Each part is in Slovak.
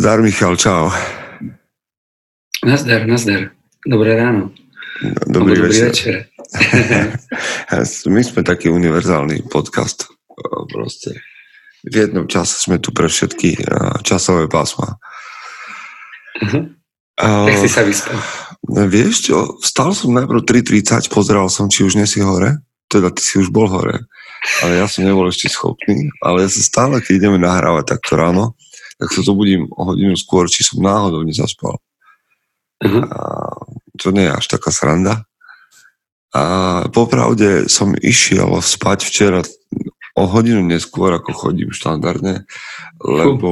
Zdar, Michal, čau. Nazdar. Dobré ráno. Dobrý večer. My sme taký univerzálny podcast. Proste v jednom čase sme tu pre všetky časové pásma. Jak si sa vyspal? Vieš čo, vstal som najprv 3:30, pozeral som, či už nie si hore. Teda ty si už bol hore. Ale ja som nebol ešte schopný. Ale ja sa stále, keď ideme nahrávať takto ráno, tak sa zobudím o hodinu skôr, či som náhodou nezaspal. To nie je až taká sranda. A popravde som išiel spať včera o hodinu neskôr, ako chodím štandardne, lebo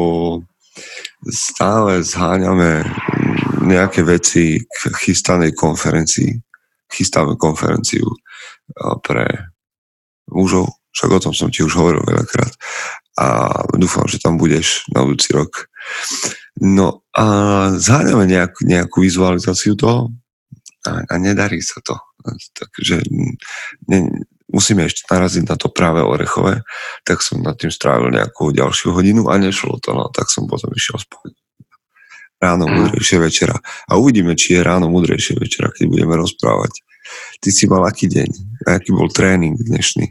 stále zháňame nejaké veci k chystanej konferencii. Chystáme konferenciu pre mužov, však o tom som ti už hovoril veľakrát a dúfam, že tam budeš na budúci rok. No a zháňame nejakú vizualizáciu toho a nedarí sa to. Takže musíme ešte naraziť na to práve orechové, tak som nad tým strávil nejakú ďalšiu hodinu a nešlo to, no tak som potom išiel spať. Ráno múdrejšie večera. A uvidíme, či je ráno múdrejšie večera, keď budeme rozprávať. Ty si mal aký deň? A aký bol tréning dnešný?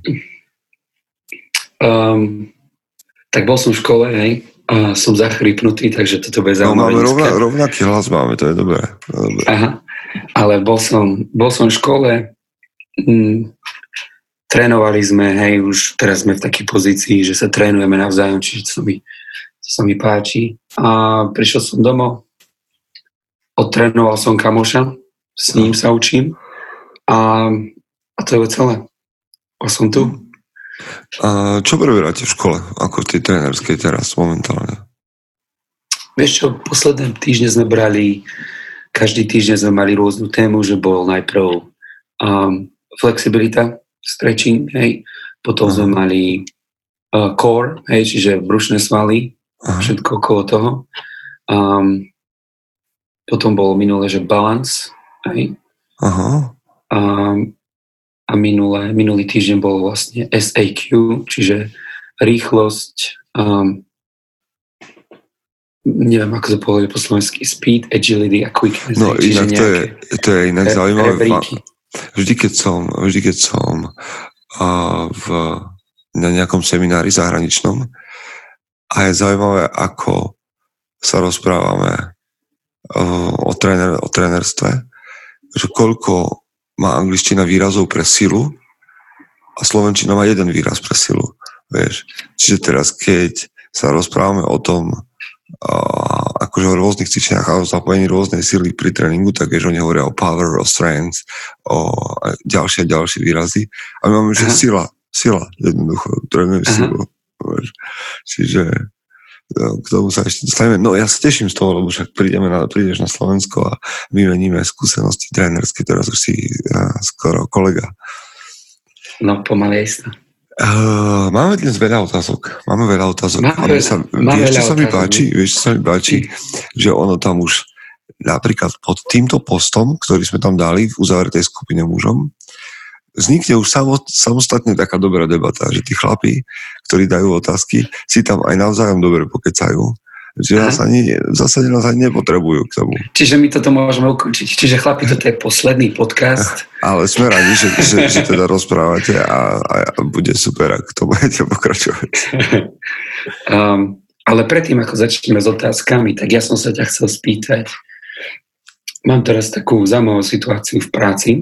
Tak bol som v škole, hej. Som zachrypnutý, takže toto bude zaujímavé. No, máme rovnaký hlas, máme, to je dobré. Aha, ale bol som v škole, trénovali sme, hej, už teraz sme v takej pozícii, že sa trénujeme navzájom, čiže to sa mi páči. A prišiel som domov, odtrénoval som kamoša, s ním sa učím a to je celé. A som tu. A čo preberáte v škole, ako v tej trénerskej teraz momentálne? Vieš čo, posledné týždne sme brali, každý týždeň sme mali rôznu tému, že bol najprv flexibilita, stretching, hej, potom sme mali core, hej, čiže brušné svaly, všetko okolo toho. Potom bolo minulé, že balance, hej. A minulý týždeň bol vlastne SAQ, čiže rýchlosť, neviem, ako to povedať po slovensky, speed, agility a quickness. No inak to je inak zaujímavé. Vždy, keď som na nejakom seminári zahraničnom a je zaujímavé, ako sa rozprávame o trénerstve, že koľko má angličtina výrazov pre silu a slovenčina má jeden výraz pre silu. Vieš? Čiže teraz, keď sa rozprávame o tom, akože o rôznych cvičeniach a o zapojení rôznej sily pri tréningu, tak vieš, oni hovoria o power, o strength, o ďalšie výrazy. A my máme, že sila, jednoducho, trénujeme silu. Vieš? Čiže k tomu sa ešte dostaneme. No ja sa teším z toho, lebo však prídeš na Slovensko a vymeníme skúsenosti trénerské, teraz už si skoro kolega. No pomaly istá. Máme dnes veľa otázok. Vieš, čo sa mi páči? Že ono tam už napríklad pod týmto postom, ktorý sme tam dali v uzavretej skupine mužom, vznikne už samostatne taká dobrá debata, že tí chlapí, ktorí dajú otázky, si tam aj navzájom dobre pokecajú. Že v zásade nás ani nepotrebujú k tomu. Čiže my toto môžeme ukončiť. Čiže chlapi, toto je posledný podcast. Ale sme radi, že teda rozprávate a bude super, ak to budete pokračovať. Ale predtým, ako začneme s otázkami, tak ja som sa ťa chcel spýtať. Mám teraz takú zaujímavú situáciu v práci.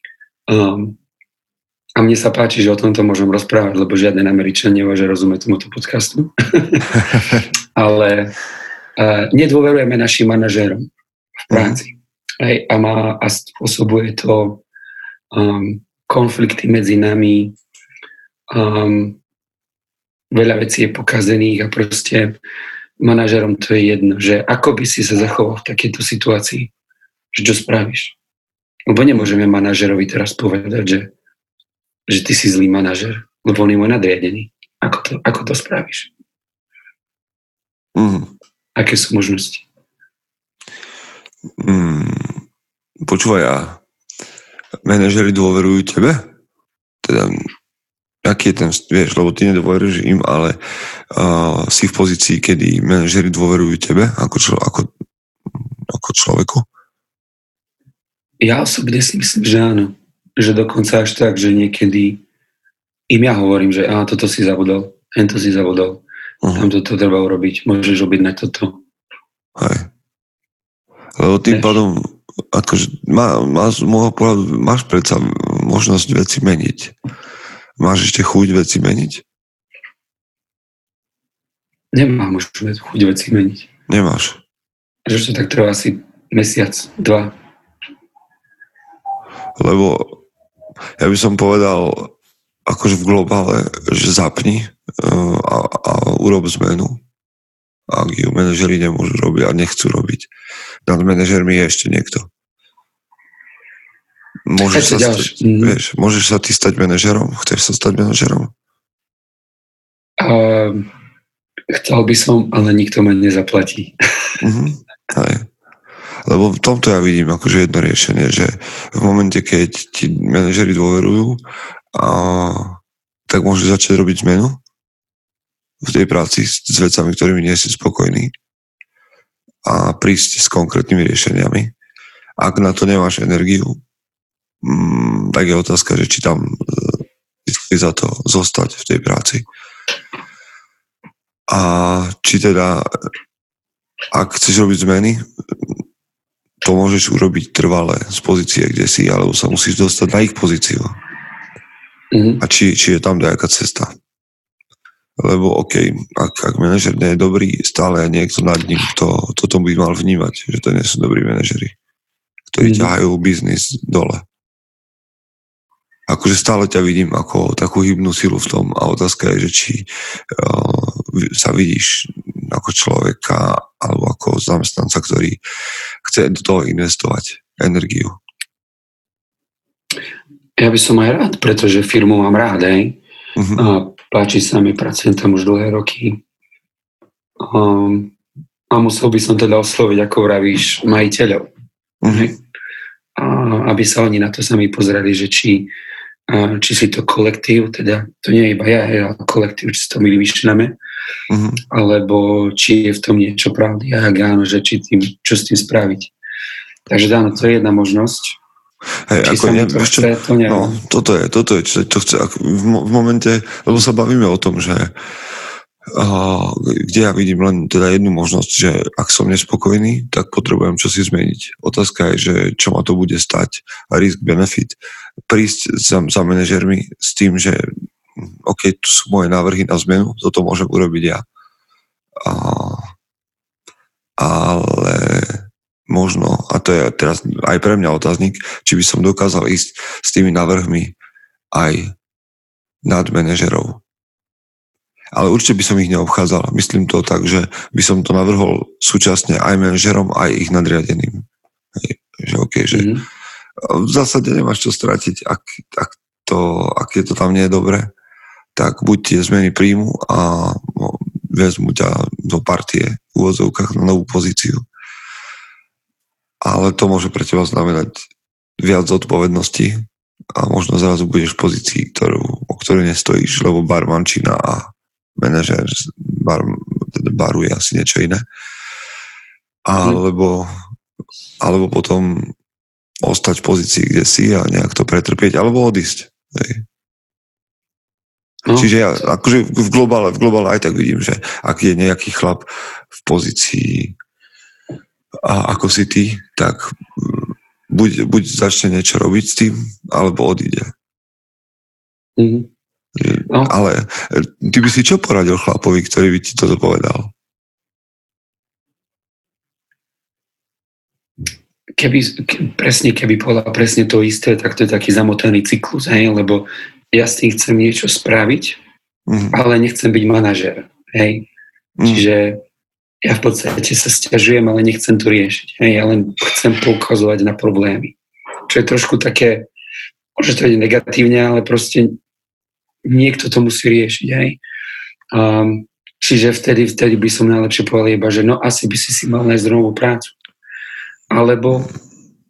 A mne sa páči, že o tomto môžem rozprávať, lebo žiaden Američan nemôže rozumieť tomuto podcastu. Ale nedôverujeme našim manažérom v práci. A spôsobuje to konflikty medzi nami. Veľa vecí je pokazených a proste manažérom to je jedno, že ako by si sa zachoval v takejto situácii, že čo spravíš. Lebo nemôžeme manažérovi teraz povedať, že ty si zlý manažer, lebo on je môj nadriadený. Ako to spravíš? Aké sú možnosti? Počúvaj, manažeri dôverujú tebe? Teda aký je ten, vieš, lebo ty nedôveruješ im, ale si v pozícii, kedy manažeri dôverujú tebe ako človeku? Ja osobne si myslím, že áno. Že dokonca až tak, že niekedy im ja hovorím, že toto si zabudol, to si zabudol, tam toto treba urobiť, môžeš objednať toto. Hej. Lebo tým pádom akože máš predsa možnosť veci meniť. Máš ešte chuť veci meniť? Nemám už chuť veci meniť. Nemáš? Že to tak trvá asi mesiac, 2. Lebo ja by som povedal akože v globále, že zapni a urob zmenu. Ak ju manažeri nemôžu robiť a nechcú robiť. Nad manažermi je ešte niekto. Môžeš sa ty stať manažerom? Chceš sa stať manažerom? Chcel by som, ale nikto ma nezaplatí. Hej. Lebo v tomto ja vidím akože jedno riešenie, že v momente, keď ti manažeri dôverujú, tak môžeš začať robiť zmenu v tej práci s vecami, ktorými nie si spokojný a prísť s konkrétnymi riešeniami. Ak na to nemáš energiu, tak je otázka, že či tam je za to zostať v tej práci. A či teda, ak chceš robiť zmeny, to môžeš urobiť trvale z pozície, kde si, alebo sa musíš dostať na ich pozíciu. A či je tam nejaká cesta. Lebo ak manažer nie je dobrý, stále je niekto nad ním, kto toto by mal vnímať, že to nie sú dobrí manažeri, ktorí ťahajú biznis dole. Akože stále ťa vidím ako takú hybnú silu v tom a otázka je, že či sa vidíš ako človeka alebo ako zamestnanca, ktorý chce do toho investovať energiu. Ja by som aj rád, pretože firmu mám rád, a páči sa mi, pracujem tam už dlhé roky. A musel by som teda osloviť, ako vravíš, majiteľov. Aby sa oni na to sami pozreli, že či si to kolektív, teda to nie je iba ja, ale kolektív, či si to my vymýšľame, alebo či je v tom niečo pravdy a ak áno, že čo s tým spraviť. Takže dáno, to je jedna možnosť. Hej, ako toto je, čo chce. V momente, lebo sa bavíme o tom, že kde ja vidím len teda jednu možnosť, že ak som nespokojný, tak potrebujem čosi zmeniť. Otázka je, že čo ma to bude stať, risk, benefit. Prísť za manažermi s tým, že tu sú moje návrhy na zmenu, toto môžem urobiť ja. Ale možno, a to je teraz aj pre mňa otáznik, či by som dokázal ísť s tými návrhmi aj nad manažerov. Ale určite by som ich neobchádzal. Myslím to tak, že by som to navrhol súčasne aj manažerom, aj ich nadriadeným. Že v zásade nemáš čo stratiť, ak je to tam nie je dobre, tak buď tie zmeny príjmu a vezmu ťa do partie v úvodzovkách na novú pozíciu. Ale to môže pre teba znamenať viac zodpovedností a možno zrazu budeš v pozícii, o ktorej nestojíš, lebo barmančina a manažer baru je asi niečo iné. Alebo potom ostať v pozícii, kde si a nejak to pretrpieť, alebo odísť. Čiže ja akože v globále aj tak vidím, že ak je nejaký chlap v pozícii a ako si ty, tak buď začne niečo robiť s tým, alebo odíde. Ale ty by si čo poradil chlapovi, ktorý by ti toto povedal? Keby povedal presne to isté, tak to je taký zamotaný cyklus, lebo ja s tým chcem niečo spraviť, ale nechcem byť manažer. Čiže ja v podstate sa sťažujem, ale nechcem to riešiť. Ja len chcem poukazovať na problémy. Čo je trošku také, môže to byť negatívne, ale proste niekto to musí riešiť. Čiže vtedy by som najlepšie povedal iba, že asi by si mal nájsť novú prácu. Alebo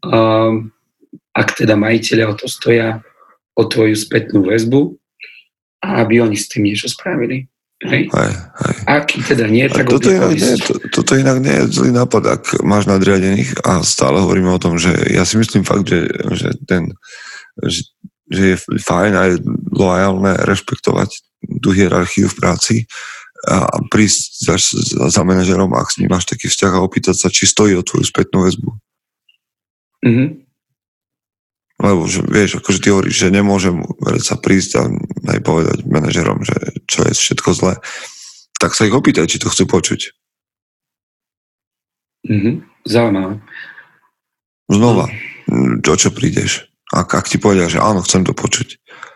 ak teda majiteľia o to stoja, o tvoju spätnú väzbu, a aby oni s tým niečo spravili. Hej? Hej. Aký teda nie, tak toto inak nie je zlý nápad, ak máš nadriadených a stále hovoríme o tom, že ja si myslím fakt, že je fajn aj loajálne rešpektovať tú hierarchiu v práci a prísť za manažerom, ak s ním máš taký vzťah a opýtať sa, či stojí o tvoju spätnú väzbu. Mm-hmm. Lebo, vieš, akože ty hovoríš, že nemôžem sa prísť a aj povedať manažerom, že čo je všetko zlé. Tak sa ich opýtaj, či to chcú počuť. Mm-hmm. Zaujímavé. Znova, o čo prídeš? Ak ti povedia, že áno, chcem to počuť.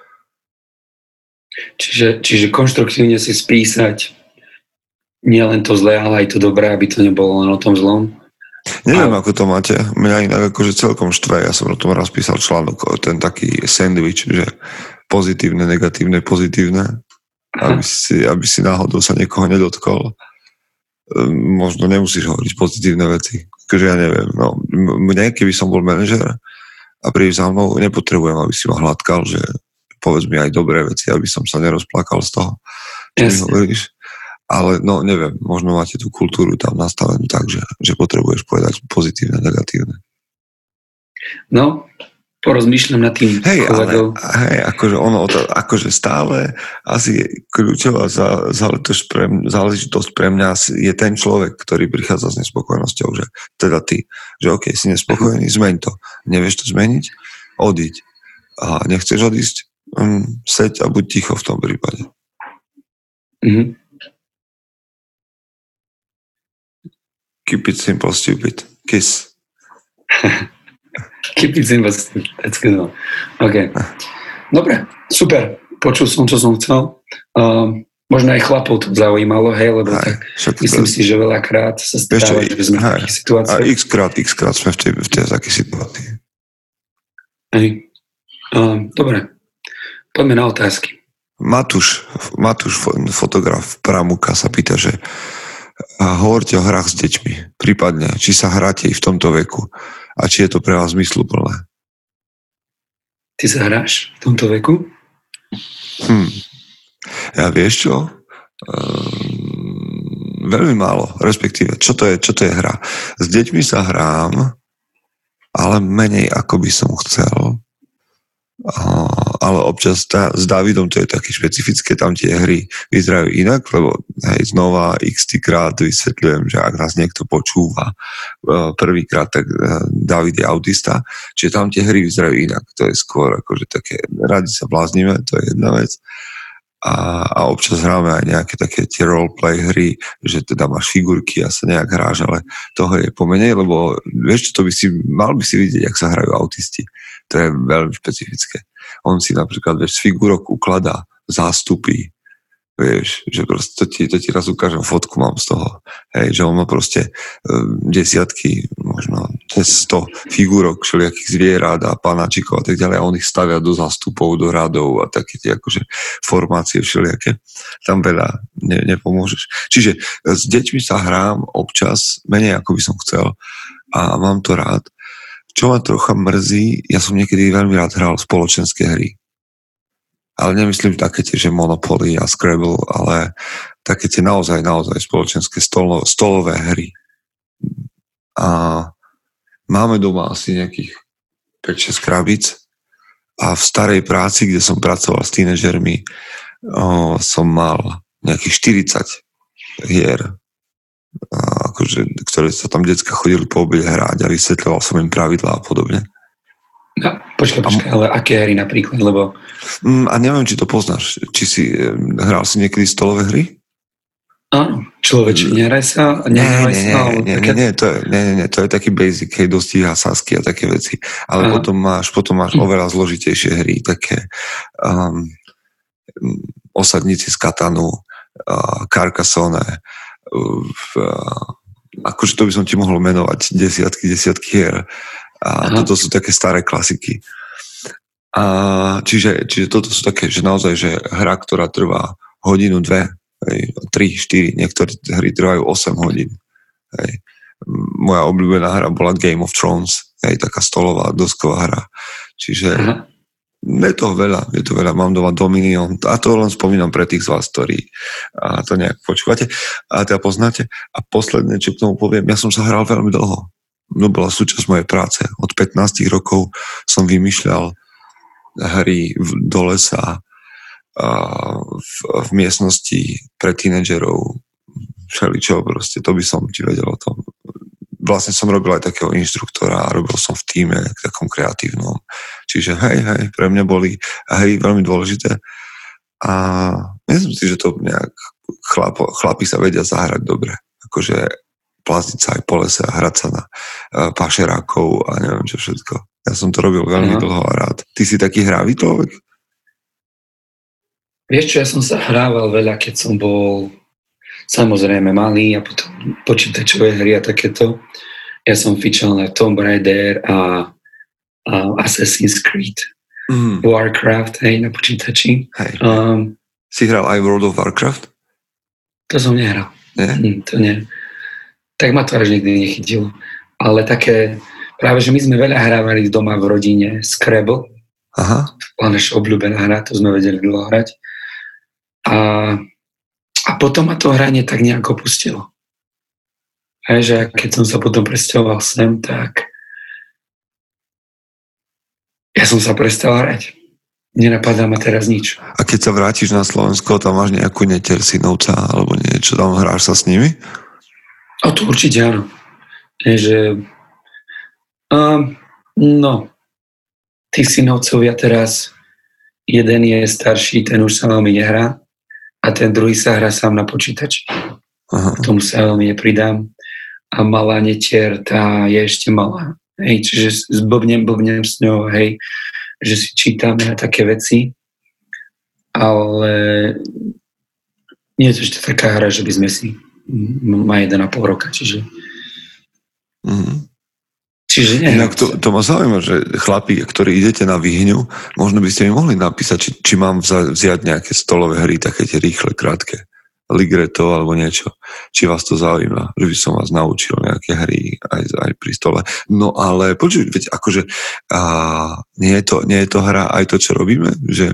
Čiže konštruktívne si spísať nielen to zlé, ale aj to dobré, aby to nebolo len o tom zlom. Neviem, ako to máte. Mňa inak akože celkom štve. Ja som o tom raz písal článok, ten taký sandwich, že pozitívne, negatívne, pozitívne. Aby si náhodou sa niekoho nedotkol. Možno nemusíš hovoriť pozitívne veci. Takže ja neviem. No, mne, keby som bol manažer a príď za mnou, nepotrebujem, aby si ma hladkal, že povedz mi aj dobré veci, aby som sa nerozplakal z toho, čo mi hovoríš. Ale no neviem, možno máte tú kultúru tam nastavenú tak, že potrebuješ povedať pozitívne, negatívne. No, porozmýšľam nad tým. Hej, akože ono, akože stále asi kľúčová záležitosť pre mňa je ten človek, ktorý prichádza s nespokojnosťou, že teda ty, že okej, si nespokojný, zmeň to. Nevieš to zmeniť? Odíď. A nechceš odísť? Seď a buď ticho v tom prípade. Mhm. Keep it simple, stupid. Kiss. Keep it simple, stupid. That's good one. OK. Dobre, super. Počul som, čo som chcel. Možno aj chlapov to zaujímalo, hej, lebo tak myslím si, že veľakrát sa stáva, že sme v takých situáciách. A x-krát sme v tej takej situácii. Hej. Dobre. Poďme na otázky. Matúš, fotograf Pramuka sa pýta, že hovorte o hrách s deťmi, prípadne, či sa hráte i v tomto veku a či je to pre vás zmysluplné. Ty sa hráš v tomto veku? Ja vieš čo? Veľmi málo, respektíve, čo to je hra? S deťmi sa hrám, ale menej ako by som chcel. Ale občas s Dávidom to je také špecifické, tam tie hry vyzerajú inak, lebo hej, znova x-krát vysvetľujem, že ak nás niekto počúva prvýkrát, tak Dávid je autista, čiže tam tie hry vyzerajú inak, to je skôr akože také, radi sa bláznime, to je jedna vec. A občas hráme aj nejaké také tie roleplay hry, že teda máš figurky a sa nejak hráš, ale toho je pomenej, lebo vieš čo, mal by si vidieť, jak sa hrajú autisti. To je veľmi špecifické. On si napríklad, vieš, z figurok ukladá zástupy, vieš, že proste to ti raz ukážem, fotku mám z toho, hej, že on má proste desiatky, možno 100 figurok všelijakých zvierat a panáčikov a tak ďalej a on ich stavia do zástupov, do radov a také tie akože formácie všelijaké. Tam veľa nepomôžeš. Čiže s deťmi sa hrám občas, menej ako by som chcel a mám to rád. Čo ma trocha mrzí, ja som niekedy veľmi rád hral spoločenské hry. Ale nemyslím také tie, že Monopoly a Scrabble, ale také tie naozaj spoločenské stolové hry. A máme doma asi nejakých 5-6 krabíc a v starej práci, kde som pracoval s tínežermi, som mal nejakých 40 hier, akože, ktoré sa tam decka chodili po obede hrať a vysvetľoval som im pravidlá a podobne. No, počkaj, ale aké hry napríklad, lebo... A neviem, či to poznáš. Či si hral si niekedy stolové hry? Áno, človeč, nehraj sa. Nie, to je taký basic, hej, dostíha sásky a také veci. Ale potom máš oveľa zložitejšie hry, také osadníci z Katanu, Carcassonne, akože to by som ti mohol menovať desiatky hier. A toto sú také staré klasiky. A čiže toto sú také, že naozaj, že hra, ktorá trvá hodinu, 2, 3, 4, niektoré hry trvajú 8 hodín. Hej. Moja obľúbená hra bola Game of Thrones, hej, taká stolová, dosková hra. Čiže je to veľa, mám doma Dominion a to len spomínam pre tých z vás, ktorí a to nejak počúvate a teda poznáte. A posledné, čo k tomu poviem, ja som sa hral veľmi dlho. No bola súčasť mojej práce. Od 15 rokov som vymýšľal hry do lesa v miestnosti pre tínedžerov, všeličo proste, to by som ti vedel o tom. Vlastne som robil aj takého inštruktora a robil som v tíme, takom kreatívnom. Čiže hej, pre mňa boli hry veľmi dôležité a myslím si, že to nejak chlapi sa vedia zahrať dobre. Akože plaziť sa aj po lese a hrať sa na pašerákov a neviem čo všetko. Ja som to robil veľmi dlho a rád. Ty si taký hravý človek? Vieš čo, ja som sa hrával veľa, keď som bol samozrejme malý a potom počítačové hry a takéto. Ja som fičal na Tomb Raider a Assassin's Creed, Warcraft, hej, na počítači. Hej. Si hral aj World of Warcraft? To som nehral. Nie? To nie. Tak ma to až nikdy nechytilo. Ale také, práve že my sme veľa hrávali doma v rodine Scrabble. Aha. Bola naša obľúbená hra, to sme vedeli dlho hrať. A potom ma to hranie tak nejako pustilo. Hej, že keď som sa potom presťahoval sem, tak ja som sa prestal hrať. Nenapadá ma teraz nič. A keď sa vrátiš na Slovensko, tam máš nejakú neteľ synovca alebo niečo, tam hráš sa s nimi? A to určite áno. Že, tí synovcovia teraz, jeden je starší, ten už sa veľmi nehrá a ten druhý sa hrá sám na počítači. K tomu sa veľmi nepridám. A malá netier, tá je ešte malá. Hej, čiže zblbnem s ňou, hej, že si čítame na také veci, ale nie je to ešte taká hra, že by sme si má 1,5 roka, čiže čiže nie. Inak to ma zaujíma, že chlapi, ktorí idete na výhňu, možno by ste mi mohli napísať, či mám vziať nejaké stolové hry, také tie rýchle, krátke, ligretto alebo niečo, či vás to zaujíma, že by som vás naučil nejaké hry aj pri stole. No ale počuť, veď akože nie je to hra aj to, čo robíme, že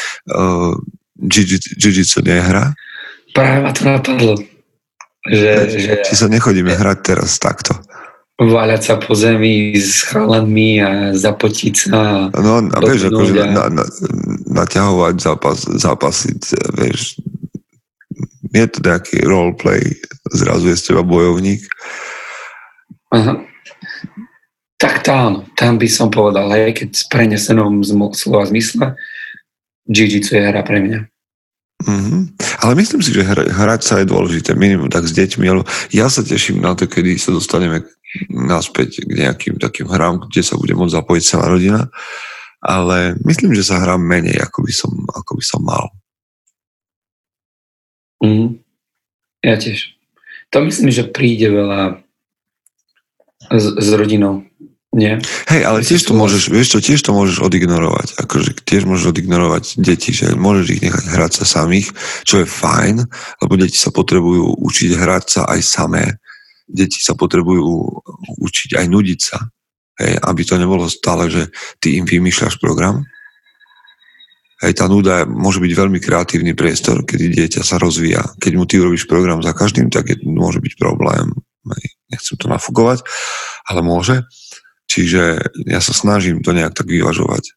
jiu-jitsu nie je hra? Práve ma to napadlo. Že či sa nechodíme hrať teraz takto? Váľať sa po zemi s chalanmi a zapotiť sa. No a vieš, akože naťahovať, zápasiť, vieš, nie je to nejaký roleplay, zrazu je z teba bojovník. Aha. Tak tam by som povedal, hej, keď s prenesenom slova zmysle, jiu-jitsu je hra pre mňa. Ale myslím si, že hrať sa je dôležité, minimum tak s deťmi, ale ja sa teším na to, kedy sa dostaneme naspäť k nejakým takým hrám, kde sa bude môcť zapojiť celá rodina, ale myslím, že sa hrám menej, ako by som mal. Ja tiež. To myslím, že príde veľa s rodinou. Nie? Hej, ale tiež to môžeš odignorovať. Akože tiež môžeš odignorovať deti, že môžeš ich nechať hrať sa samých, čo je fajn, lebo deti sa potrebujú učiť hrať sa aj samé. Deti sa potrebujú učiť aj nudiť sa. Hej, aby to nebolo stále, že ty im vymýšľaš program. Hej, tá nuda môže byť veľmi kreatívny priestor, kedy dieťa sa rozvíja. Keď mu ty robíš program za každým, tak môže byť problém. Hej, nechcem to nafúkovať, ale môže. Čiže ja sa snažím to nejak tak vyvažovať.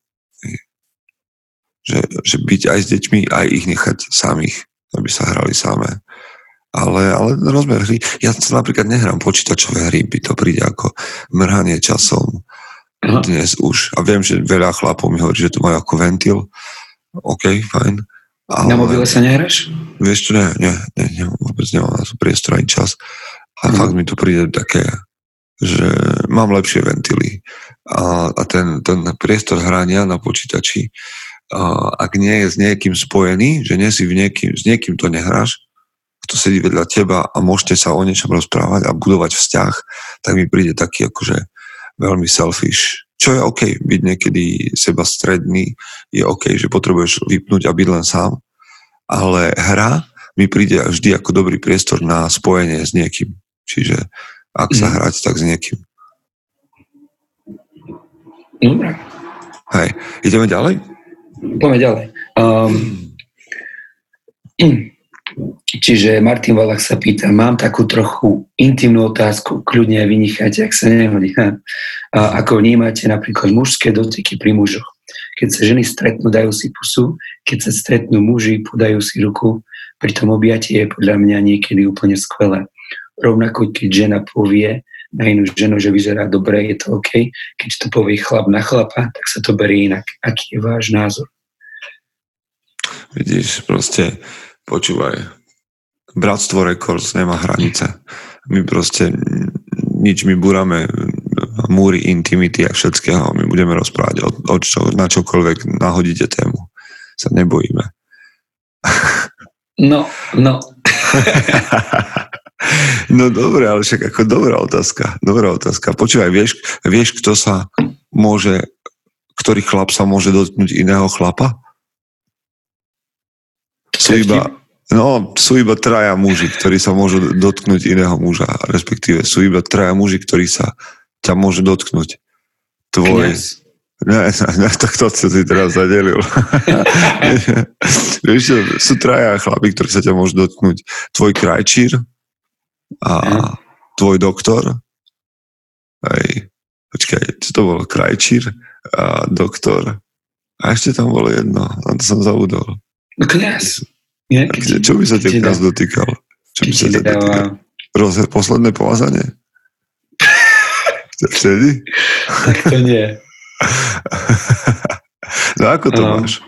Že byť aj s deťmi, aj ich nechať samých, aby sa hrali samé. Ale rozmer hry, ja sa napríklad nehrám počítačové hry, by to príde ako mrhanie časom dnes už. A viem, že veľa chlapov mi hovorí, že to majú ako ventil. OK, fajn. Ale na mobile sa nehráš? Vieš čo, nie, vôbec nemám na to priestor ani čas. A fakt mi to príde také, že mám lepšie ventily a ten priestor hrania na počítači, ak nie je s niekým spojený, že nie si s niekým to nehráš, kto sedí vedľa teba a môžete sa o niečom rozprávať a budovať vzťah, tak mi príde taký akože veľmi selfish. Čo je OK, byť niekedy seba stredný, je OK, že potrebuješ vypnúť a byť len sám, ale hra mi príde vždy ako dobrý priestor na spojenie s niekým. Čiže ak sa hrať, tak s niekým. Dobre. Hej, ideme ďalej? Poďme ďalej. Čiže Martin Valach sa pýta, mám takú trochu intimnú otázku, kľudne aj vynechajte, ak sa nehodí. Ako vnímate napríklad mužské dotyky pri mužoch? Keď sa ženy stretnú, dajú si pusu, keď sa stretnú muži, podajú si ruku, pri tom objatie je podľa mňa niekedy úplne skvelé. Rovnako, keď žena povie na inú ženu, že vyzerá dobre, je to OK. Keď to povie chlap na chlapa, tak sa to berie inak. Aký je váš názor? Vidíš, proste počúvaj, Bratstvo Records nemá hranice. My proste my buráme múry intimity a všetkého. My budeme rozprávať na čokoľvek nahodíte tému. Sa nebojíme. No. No dobre, ale však ako dobrá otázka. Počúvaj, vieš, ktorý chlap sa môže dotknúť iného chlapa? Sú iba traja muži, ktorí sa môžu dotknúť iného muža, respektíve sú iba traja muži, ktorí sa ťa môžu dotknúť. Tvoj... Ne, tak to si teraz zadelil. Vieš, sú traja chlapi, ktorí sa ťa môžu dotknúť. Tvoj krajčír a tvoj doktor. Počkaj, čo to bolo? Krajčír a doktor. A ešte tam bolo jedno, na to som zabudol. No kňaz. Čo by sa ťa kňaz dotýkal? Čo by sa ťa dotýkal? Posledné pomazanie? Vtedy? Tak to nie. No ako to máš?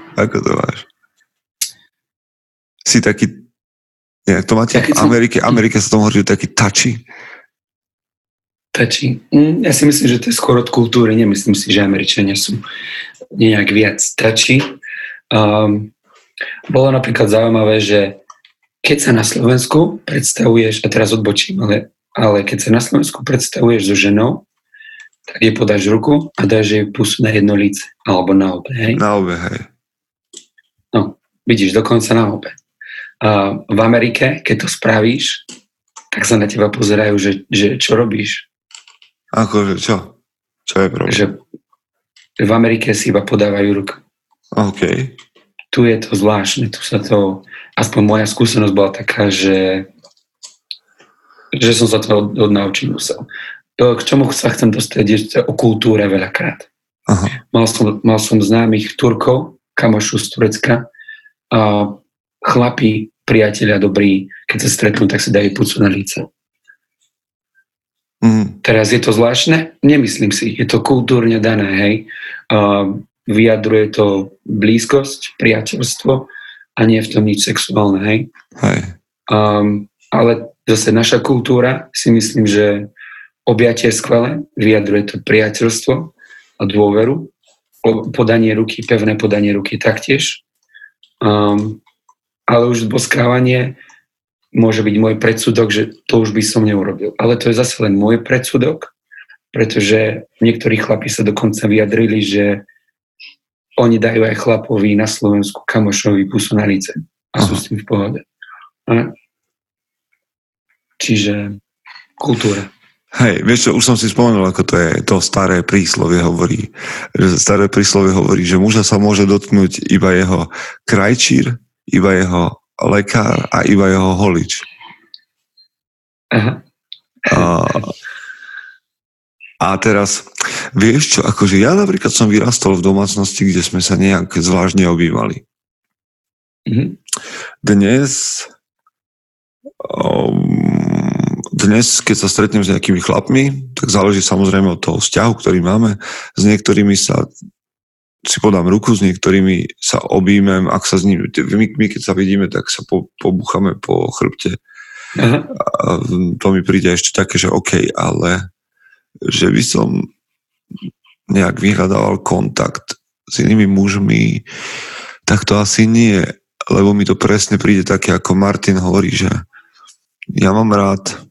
Si taký... Nie, to máte v Amerike sa tomu hovorí taký touchy. Touchy. Ja si myslím, že to je skôr od kultúry. Nemyslím si, že Američania sú nejak viac touchy. Bolo napríklad zaujímavé, že keď sa na Slovensku predstavuješ, a teraz odbočím, ale keď sa na Slovensku predstavuješ so ženou, tak jej podáš ruku a dáš jej pusu na jedno líce. Alebo na obe, hej? Na obe, hej. No, vidíš, dokonca na obe. A v Amerike, keď to spravíš, tak sa na teba pozerajú, že čo robíš? Akože čo? Čo je problém? Že v Amerike si iba podávajú ruku. OK. Tu je to zvláštne, tu sa to... Aspoň moja skúsenosť bola taká, že som sa to odnaučil musel. K čomu sa chcem dostať, je o kultúre veľakrát. Aha. Mal som známych Turkov, kamošu z Turecka, a chlapí, priatelia dobrí, keď sa stretnú, tak si dajú pucu na líce. Teraz je to zvláštne? Nemyslím si. Je to kultúrne dané, hej. Vyjadruje to blízkosť, priateľstvo a nie v tom nič sexuálne, hej. Ale zase naša kultúra si myslím, že objatie je skvelé, vyjadruje to priateľstvo a dôveru, podanie ruky, pevné podanie ruky taktiež. Ale už zboskávanie môže byť môj predsudok, že to už by som neurobil. Ale to je zase len môj predsudok, pretože niektorí chlapi sa dokonca vyjadrili, že oni dajú aj chlapovi na Slovensku kamošovi pusu na líce a sú s tým v pohode. Čiže kultúra. Hej, vieš čo, už som si spomenul, ako to je, to staré príslovie hovorí. Staré príslovie hovorí, že muža sa môže dotknúť iba jeho krajčír, iba jeho lekár a iba jeho holič. Aha. A teraz, vieš čo, akože ja napríklad som vyrastol v domácnosti, kde sme sa nejak zvláštne obývali. Dnes, keď sa stretnem s nejakými chlapmi, tak záleží samozrejme od toho vzťahu, ktorý máme. S niektorými si podám ruku, s niektorými sa objímem, ak sa s nimi, my keď sa vidíme, tak sa pobúchame po chrbte. Aha. A to mi príde ešte také, že OK, ale že by som nejak vyhľadával kontakt s inými mužmi, tak to asi nie, lebo mi to presne príde také, ako Martin hovorí, že ja mám rád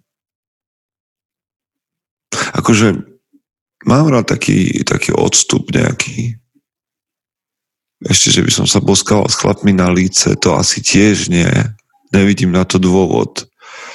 mám rád taký odstup nejaký. Ešte, že by som sa boskával s chlapmi na líce, to asi tiež nie. Nevidím na to dôvod.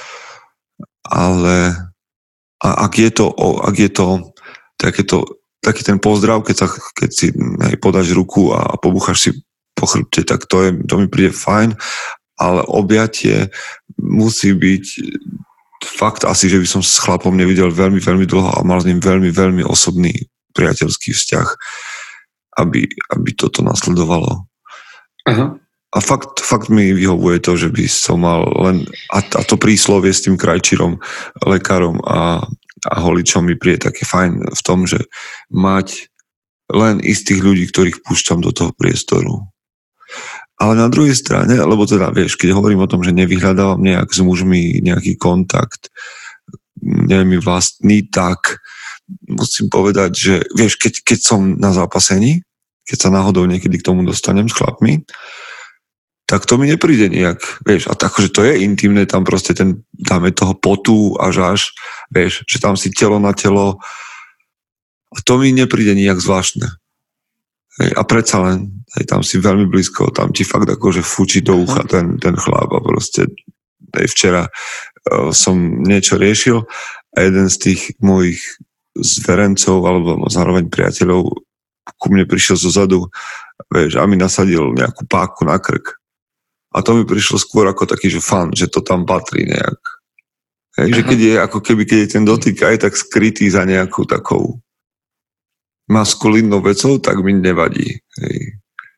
Ale ak je to taký ten pozdrav, keď si podáš ruku a pobúchaš si po chrbte, tak to mi príde fajn, ale objatie musí byť fakt asi, že by som s chlapom nevidel veľmi, veľmi dlho a mal s ním veľmi, veľmi osobný priateľský vzťah, aby toto nasledovalo. Aha. A fakt mi vyhovuje to, že by som mal len, a to príslovie s tým krajčírom, lekárom a holičom mi príde také fajn v tom, že mať len istých ľudí, ktorých púšťam do toho priestoru. Ale na druhej strane, lebo teda vieš, keď hovorím o tom, že nevyhľadávam nejak s mužmi nejaký kontakt, neviem mi vlastný, tak musím povedať, že vieš, keď som na zápasení, keď sa náhodou niekedy k tomu dostanem s chlapmi, tak to mi nepríde nejak, vieš, a tak, že to je intimné, tam proste dáme toho potu až, vieš, že tam si telo na telo, a to mi nepríde nejak zvláštne. Hej, a predsa len, hej, tam si veľmi blízko, tam ti fakt akože fúči do ucha ten chlap a proste, hej, včera som niečo riešil a jeden z tých mojich zverencov alebo zároveň priateľov ku mne prišiel zozadu, vieš, a mi nasadil nejakú páku na krk. A to mi prišlo skôr ako taký, že fan, že to tam patrí nejak. Hej, že keď je ten dotyk aj tak skrytý za nejakou takou maskulínnou vecou, tak mi nevadí. Hej.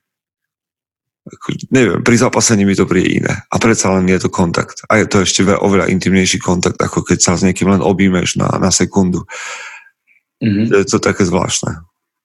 Neviem, pri zápasení mi to príde iné. A predsa len je to kontakt. A je to ešte oveľa intimnejší kontakt, ako keď sa s niekým len objímeš na sekundu. Mm-hmm. Je to také zvláštne.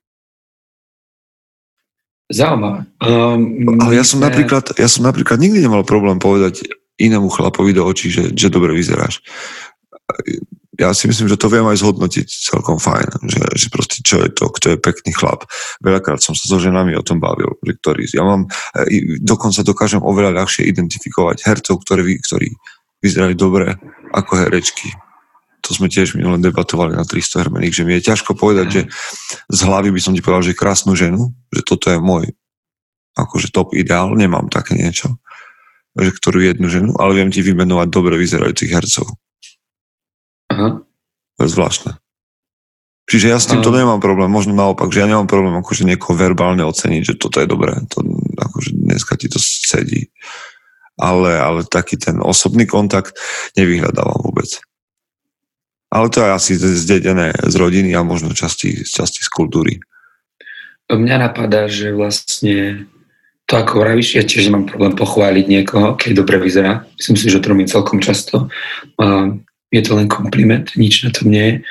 Zaujímavé. Ale ja som napríklad nikdy nemal problém povedať inému chlapovi do očí, že dobre vyzeráš. Ja si myslím, že to viem aj zhodnotiť celkom fajn, že proste čo je to, kto je pekný chlap. Veľakrát som sa so ženami o tom bavil, dokonca dokážem oveľa ľahšie identifikovať hercov, ktorí vyzerajú dobre ako herečky. To sme tiež minule debatovali na 300 hermených, že mi je ťažko povedať, že z hlavy by som ti povedal, že krásnu ženu, že toto je môj akože top ideál, nemám také niečo, že ktorú jednu ženu, ale viem ti vymenovať dobre vyzerajúcich hercov. Aha. To je zvláštne. Čiže ja s týmto nemám problém, možno naopak, že ja nemám problém akože niekoho verbálne oceniť, že toto je dobré, to akože dneska ti to sedí. Ale taký ten osobný kontakt nevyhľadávam vôbec. Ale to je asi zdedené z rodiny a možno časti z kultúry. Mňa napadá, že vlastne to, ako vravíš, ja tiež nemám problém pochváliť niekoho, keď dobre vyzerá. Myslím si, že to robím celkom často. Je to len kompliment, nič na tom nie je.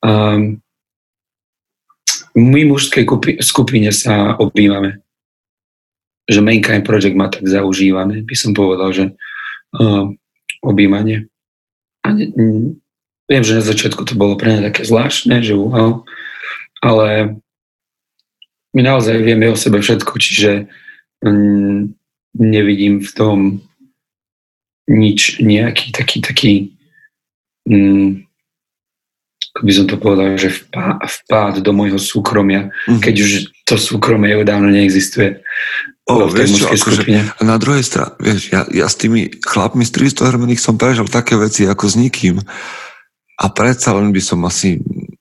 V mojej mužskej skupine sa objímame. Že Mankind Project má tak zaužívané, by som povedal, že objímanie. Viem, že na začiatku to bolo pre mňa také zvláštne, že wow, ale my naozaj vieme o sebe všetko, čiže nevidím v tom nič, nejaký taký ako by som to povedal, že vpád do môjho súkromia, keď už to súkromie dávno neexistuje. Vieš čo, akože na druhej strane, vieš, ja s tými chlapmi z 300 hermených som prežil také veci ako s nikým. A predsa len by som asi,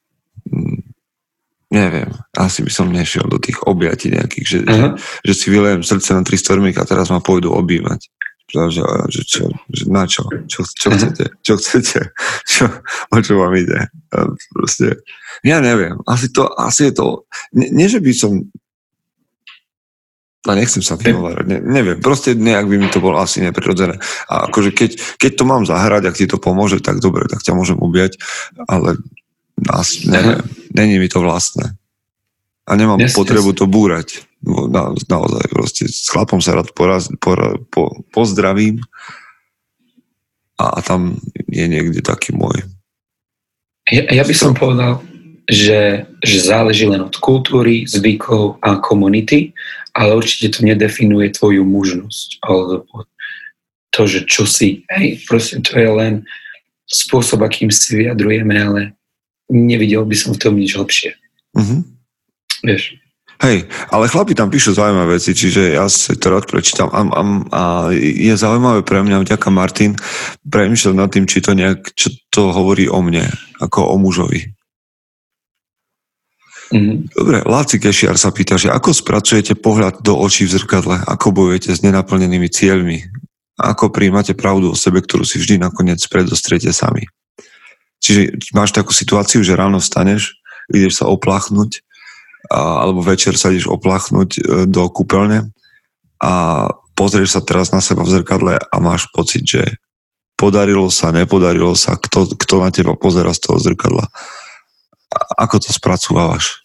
neviem, asi by som nešiel do tých objatí nejakých, že si vylejem srdce na 300 hermených a teraz ma pôjdu objímať. Na čo? Čo chcete? Čo chcete? O čo vám ide? Proste, ja neviem. Asi je to, nie že by som, nechcem sa vyhovárať, neviem, proste nejak by mi to bolo asi neprirodzené. A akože keď to mám zahrať, ak ti to pomôže, tak dobre, tak ťa môžem objať, ale neviem, není mi to vlastné. A nemám potrebu to búrať. Naozaj, proste s chlapom sa rád pozdravím a tam je niekde taký môj. Ja by som povedal, že záleží len od kultúry, zvykov a komunity, ale určite to nedefinuje tvoju mužnosť alebo to, že čo si. Hej, proste to je len spôsob, akým si vyjadrujeme, ale nevidel by som v tom nič hlbšie. Vieš? Hej, ale chlapi tam píšu zaujímavé veci, čiže ja si to rád prečítam a je zaujímavé pre mňa, vďaka Martin, premýšľať nad tým, či to čo to hovorí o mne, ako o mužovi. Dobre, Láci Kešiar sa pýta, že ako spracujete pohľad do očí v zrkadle? Ako bojujete s nenaplnenými cieľmi? Ako prijímate pravdu o sebe, ktorú si vždy nakoniec predostriete sami? Čiže máš takú situáciu, že ráno vstaneš, ideš sa opláchnuť, alebo večer sa ideš opláchnuť do kúpeľne a pozrieš sa teraz na seba v zrkadle a máš pocit, že podarilo sa, nepodarilo sa, kto na teba pozerá z toho zrkadla. Ako to spracovávaš?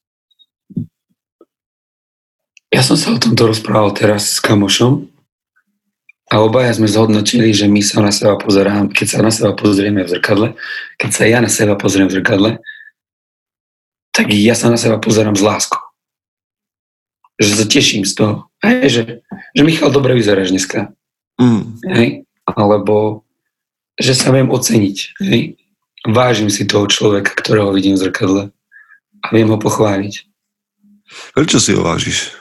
Ja som sa o tomto rozprával teraz s kamošom a obaja sme zhodnotili, že my sa na seba pozeráme, keď sa na seba pozrieme v zrkadle, keď sa ja na seba pozriem v zrkadle, tak ja sa na seba pozerám s láskou. Že sa teším z toho. Hej, že Michal, dobre vyzeráš dneska. Hej? Alebo že sa viem oceniť. Hej? Vážim si toho človeka, ktorého vidím v zrkadle a viem ho pochváliť. Prečo si ho vážiš?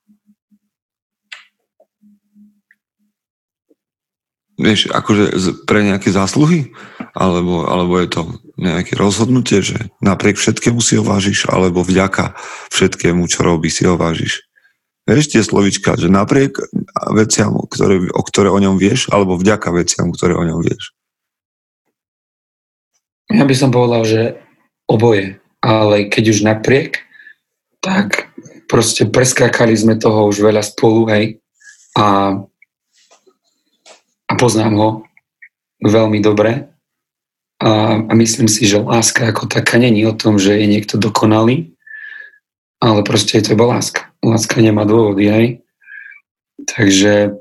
Vieš, akože pre nejaké zásluhy? Alebo je to nejaké rozhodnutie, že napriek všetkému si ho vážiš, alebo vďaka všetkému, čo robí, si ho vážiš? Vieš tie slovíčka, že napriek veciam, ktoré o ňom vieš, alebo vďaka veciam, ktoré o ňom vieš? Ja by som povedal, že oboje. Ale keď už napriek, tak proste preskákali sme toho už veľa spolu, hej. A poznám ho veľmi dobre. A myslím si, že láska ako taká není o tom, že je niekto dokonalý, ale proste je to iba láska. Láska nemá dôvody, hej. Takže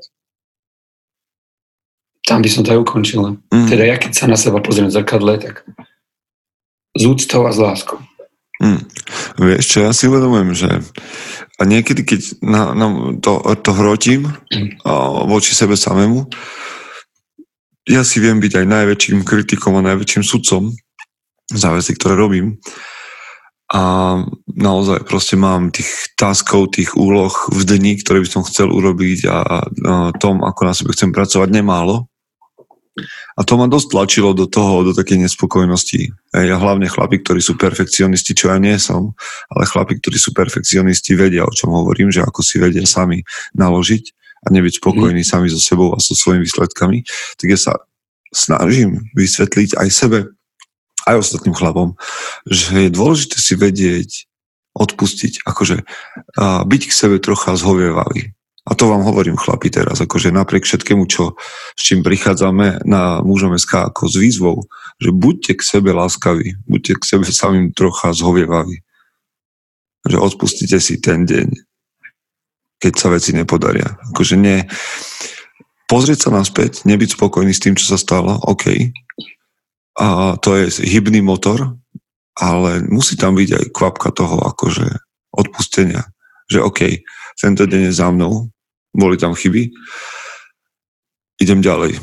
tam by som to aj ukončila. Teda ja keď sa na seba pozriem v zrkadle, tak z úctou a s láskou. Vieš čo, ja si uvedomujem, že a niekedy, keď to hrotím voči sebe samému, ja si viem byť aj najväčším kritikom a najväčším sudcom za veci, ktoré robím. A naozaj proste mám tých taskov, tých úloh v dni, ktoré by som chcel urobiť a tom, ako na sebe chcem pracovať, nemálo. A to ma dosť tlačilo do takej nespokojnosti. A hlavne chlapi, ktorí sú perfekcionisti, čo ja nie som, ale chlapi, ktorí sú perfekcionisti, vedia, o čom hovorím, že ako si vedia sami naložiť a nebyť spokojní sami so sebou a so svojimi výsledkami. Tak ja sa snažím vysvetliť aj sebe, aj ostatným chlapom, že je dôležité si vedieť, odpustiť, akože byť k sebe trocha zhovievavý. A to vám hovorím, chlapi, teraz, akože napriek všetkému, s čím prichádzame na Mužom.sk ako s výzvou, že buďte k sebe láskaví, buďte k sebe samým trocha zhovievaví. Že odpustite si ten deň, keď sa veci nepodaria. Akože nie, pozrieť sa naspäť, nebyť spokojný s tým, čo sa stalo, OK. A to je hybný motor, ale musí tam byť aj kvapka toho, akože odpustenia. Že OK, tento deň je za mnou, boli tam chyby, idem ďalej,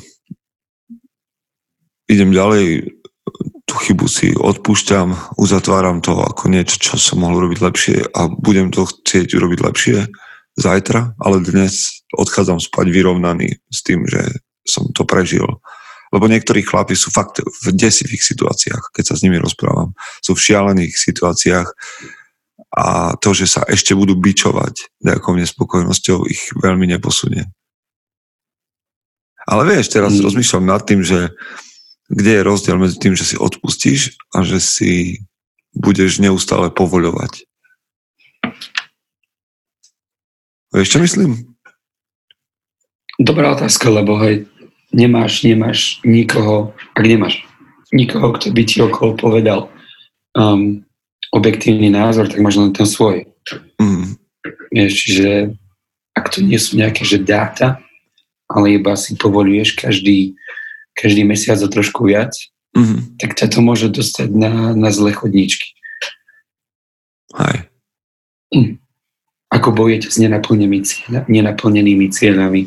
tú chybu si odpúšťam, uzatváram to ako niečo, čo som mohol robiť lepšie a budem to chcieť urobiť lepšie zajtra, ale dnes odchádzam spať vyrovnaný s tým, že som to prežil. Lebo niektorí chlapi sú fakt v desivých situáciách, keď sa s nimi rozprávam. Sú v šialených situáciách a to, že sa ešte budú bičovať nejakou nespokojnosťou, ich veľmi neposunie. Ale vieš, teraz rozmýšľam nad tým, že kde je rozdiel medzi tým, že si odpustíš a že si budeš neustále povoľovať. Vieš, čo myslím? Dobrá otázka, lebo hej, nemáš nikoho, ak nemáš nikoho, kto by ti okolo povedal objektívny názor, tak máš len ten svoj. Vieš, čiže ak to nie sú nejaké že dáta, ale iba si povoľuješ každý mesiac o trošku viac, tak ťa to môže dostať na zlé chodníčky. Hej. Ako bojujete s nenaplnenými cieľami?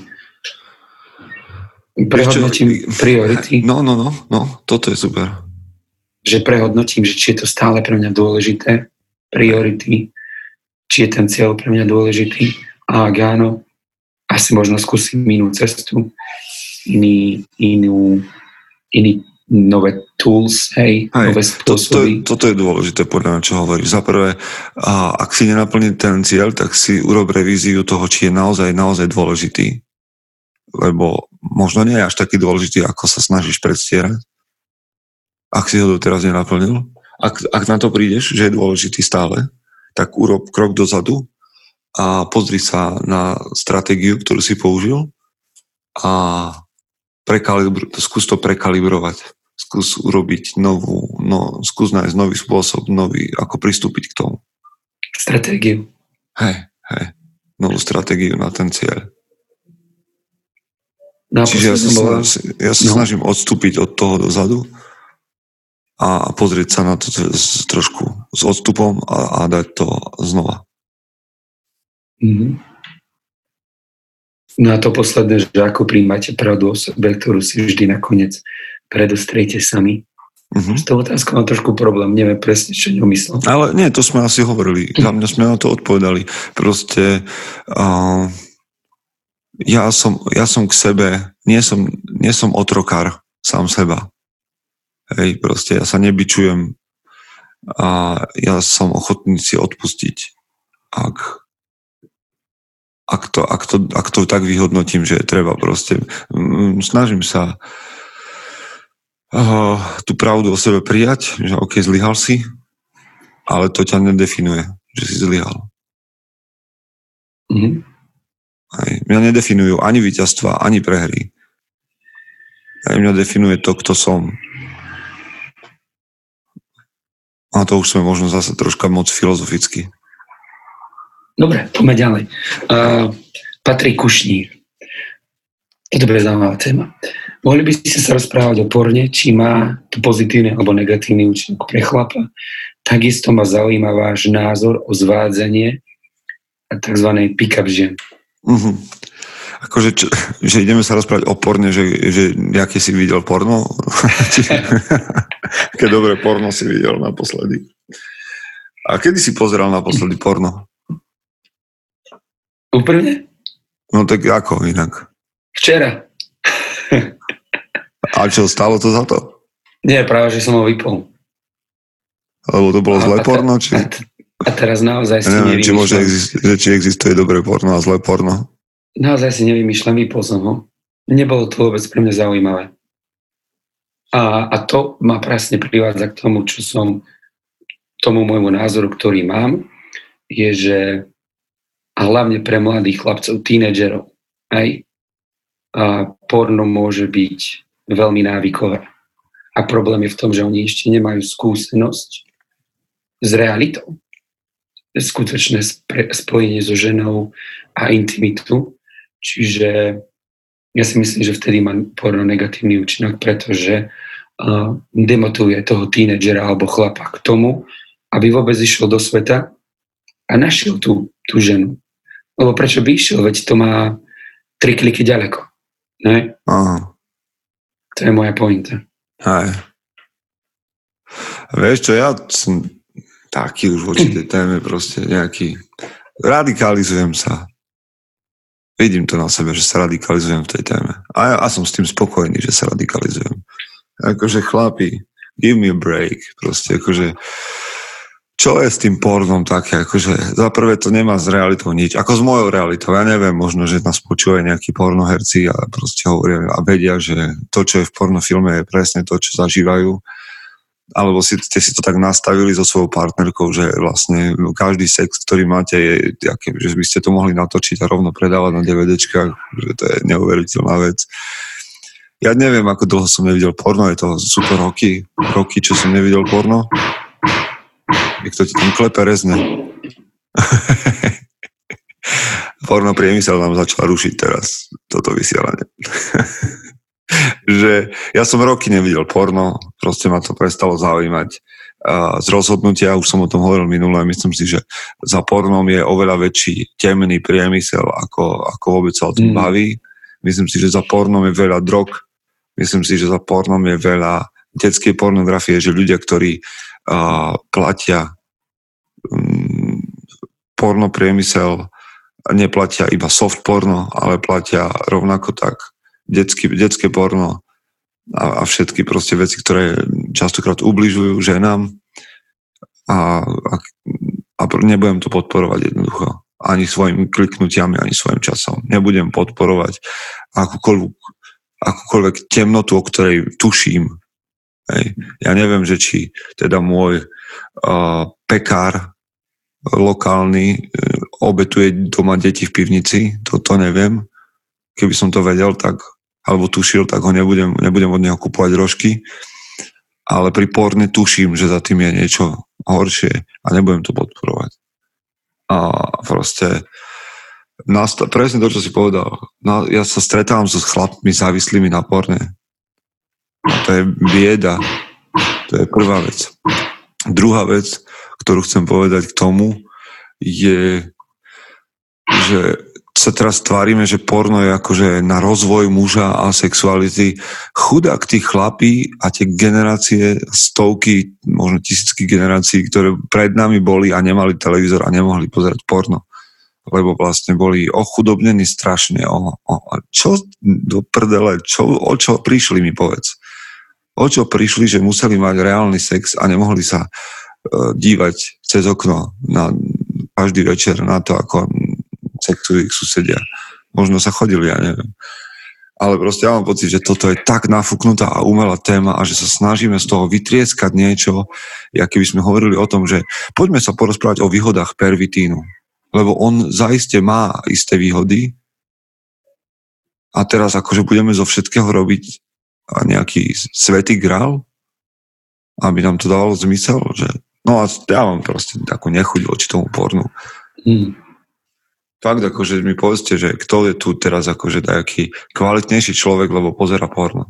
Prehodnotím priority. No, toto je super. Že prehodnotím, že či je to stále pre mňa dôležité, priority, či je ten cieľ pre mňa dôležitý. A ak áno, asi možno skúsim inú cestu, iný nové tools, nové spôsoby. Toto je dôležité, podľa mňa, čo hovoríš. Za prvé, ak si nenaplní ten cieľ, tak si urob revíziu toho, či je naozaj dôležitý. Lebo možno nie je až taký dôležitý, ako sa snažíš predstierať. Ak si ho doteraz nenaplnil. Ak na to prídeš, že je dôležitý stále, tak urob krok dozadu a pozri sa na stratégiu, ktorú si použil a skús to prekalibrovať. Skús urobiť skús nájsť nový spôsob, ako pristúpiť k tomu. Stratégiu. Hej. Novú stratégiu na ten cieľ. No, čiže ja sa snažím odstúpiť od toho dozadu a pozrieť sa na to trošku s odstupom a dať to znova. Mm-hmm. No a to posledné, že ako príjmate pravdu o sebe, ktorú si vždy nakoniec predostriete sami. Mm-hmm. S tou otázkou mám trošku problém, neviem presne, čo ňou myslel. Ale nie, to sme asi hovorili. Za mňa sme na to odpovedali. Proste ja som k sebe, nie som otrokár sám seba. Hej, proste ja sa nebičujem a ja som ochotný si odpustiť, ak to tak vyhodnotím, že treba proste. Snažím sa tú pravdu o sebe prijať, že OK, zlyhal si, ale to ťa nedefinuje, že si zlyhal. Mm-hmm. Mňa nedefinujú ani víťazstva, ani prehry. Mňa definuje to, kto som. A to už sme možno zase troška moc filozoficky. Dobre, poďme ďalej. Patrik Kušnír. Toto bude zaujímavá téma. Mohli by ste sa rozprávať o porne, či má to pozitívny alebo negatívny účinok pre chlapa. Takisto ma zaujíma váš názor o zvádzanie a tzv. Pick-up žien. Uh-huh. Akože, že ideme sa rozprávať o porne, že nejaké si videl porno? Aké dobré porno si videl naposledy. A kedy si pozeral naposledy porno? Úprimne? No tak ako inak? Včera. A čo, stalo to za to? Nie, práve, že som ho vypol. Lebo to bolo zlé porno? Či... A teraz naozaj si nevymýšľam. Či existuje dobré porno a zlé porno? Naozaj si nevymýšľam, vypol som ho. Nebolo to vôbec pre mňa zaujímavé. A to ma presne privádza k tomu, tomu môjmu názoru, ktorý mám, je, že a hlavne pre mladých chlapcov, tínedžerov, aj porno môže byť veľmi návykové. A problém je v tom, že oni ešte nemajú skúsenosť s realitou. Skutočné spojenie so ženou a intimitu. Čiže ja si myslím, že vtedy má porno negatívny účinok, pretože demotivuje toho tínedžera alebo chlapa k tomu, aby vôbec išiel do sveta a našiel tú ženu. Lebo prečo by išiel? Veď to má 3 kliky ďaleko. Ne? Aha. To je moja pointa. Aj. Vieš čo, ja som taký už voči tej téme proste nejaký... Radikalizujem sa. Vidím to na sebe, že sa radikalizujem v tej téme. A ja som s tým spokojný, že sa radikalizujem. Akože chlapi, give me a break. Proste akože... Čo je s tým pornom také? Akože za prvé to nemá s realitou nič. Ako s mojou realitou. Ja neviem, možno, že nás počúvajú nejakí pornoherci a proste hovoria a vedia, že to, čo je v pornofilme, je presne to, čo zažívajú. Alebo ste si to tak nastavili so svojou partnerkou, že vlastne každý sex, ktorý máte, je že by ste to mohli natočiť a rovno predávať na DVDčkách, že to je neuveriteľná vec. Ja neviem, ako dlho som nevidel porno, sú to roky, čo som nevidel porno. Niekto ti tam klepe rezne. Porno priemysel nám začal rušiť teraz toto vysielanie. Že ja som roky nevidel porno, proste ma to prestalo zaujímať. Z rozhodnutia, už som o tom hovoril minule, myslím si, že za pornom je oveľa väčší temný priemysel, ako vôbec sa o tom baví. Myslím si, že za pornom je veľa drog. Myslím si, že za pornom je veľa detskej pornografie, že ľudia, ktorí platia porno priemysel, neplatia iba soft porno, ale platia rovnako tak detské porno a všetky proste veci, ktoré častokrát ubližujú ženám a nebudem to podporovať jednoducho. Ani svojimi kliknutiami, ani svojim časom. Nebudem podporovať akúkoľvek temnotu, o ktorej tuším. Hej. Ja neviem, že či teda môj pekár lokálny obetuje doma deti v pivnici, to neviem. Keby som to vedel, tak alebo tušil, tak ho nebudem od neho kupovať rožky. Ale pri porne tuším, že za tým je niečo horšie a nebudem to podporovať. A proste presne to, čo si povedal. Ja sa stretávam so chlapmi závislými na porne. To je bieda. To je prvá vec. Druhá vec, ktorú chcem povedať k tomu, je, že sa teraz tvárime, že porno je akože na rozvoj muža a sexuality. Chudák tých chlapí a tie generácie, stovky, možno tisícky generácií, ktoré pred nami boli a nemali televízor a nemohli pozerať porno. Lebo vlastne boli ochudobnení strašne. Čo do prdele, o čo prišli, mi povedz. O čo prišli, že museli mať reálny sex a nemohli sa dívať cez okno na každý večer na to, ako sexujú ich susedia. Možno sa chodili, ja neviem. Ale proste ja mám pocit, že toto je tak nafúknutá a umelá téma a že sa snažíme z toho vytrieskať niečo, jak keby sme hovorili o tom, že poďme sa porozprávať o výhodách pervitínu. Lebo on zaiste má isté výhody a teraz akože budeme zo všetkého robiť nejaký svätý grál, aby nám to dávalo zmysel, že no a ja mám proste takú nechuť voči tomu pornu. Fakt, akože mi povedzte, že kto je tu teraz akože taký kvalitnejší človek, lebo pozerá porno.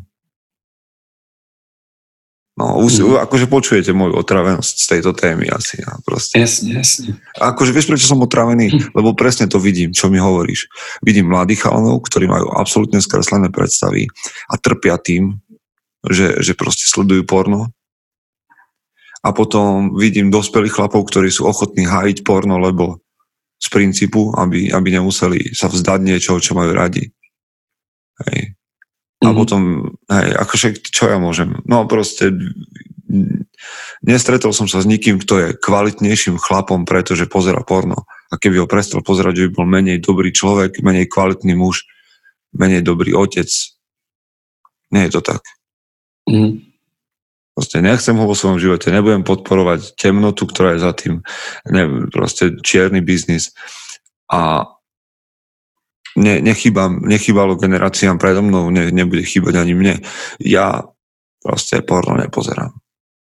No, akože počujete moju otravenosť z tejto témy asi. Ja proste. Jasne. Akože vieš, prečo som otravený? Lebo presne to vidím, čo mi hovoríš. Vidím mladých chalanov, ktorí majú absolútne skreslené predstavy a trpia tým, že proste sledujú porno. A potom vidím dospelých chlapov, ktorí sú ochotní hájiť porno, lebo z princípu, aby nemuseli sa vzdať niečoho, čo majú radi. Hej. A potom, akože, čo ja môžem? No proste, nestretol som sa s nikým, kto je kvalitnejším chlapom, pretože pozerá porno. A keby ho prestal pozerať, že by bol menej dobrý človek, menej kvalitný muž, menej dobrý otec. Nie je to tak. Proste nechcem ho vo svojom živote, nebudem podporovať temnotu, ktorá je za tým, proste čierny biznis. A nechýbalo generáciám predo mnou, nebude chýbať ani mne. Ja proste porno nepozerám.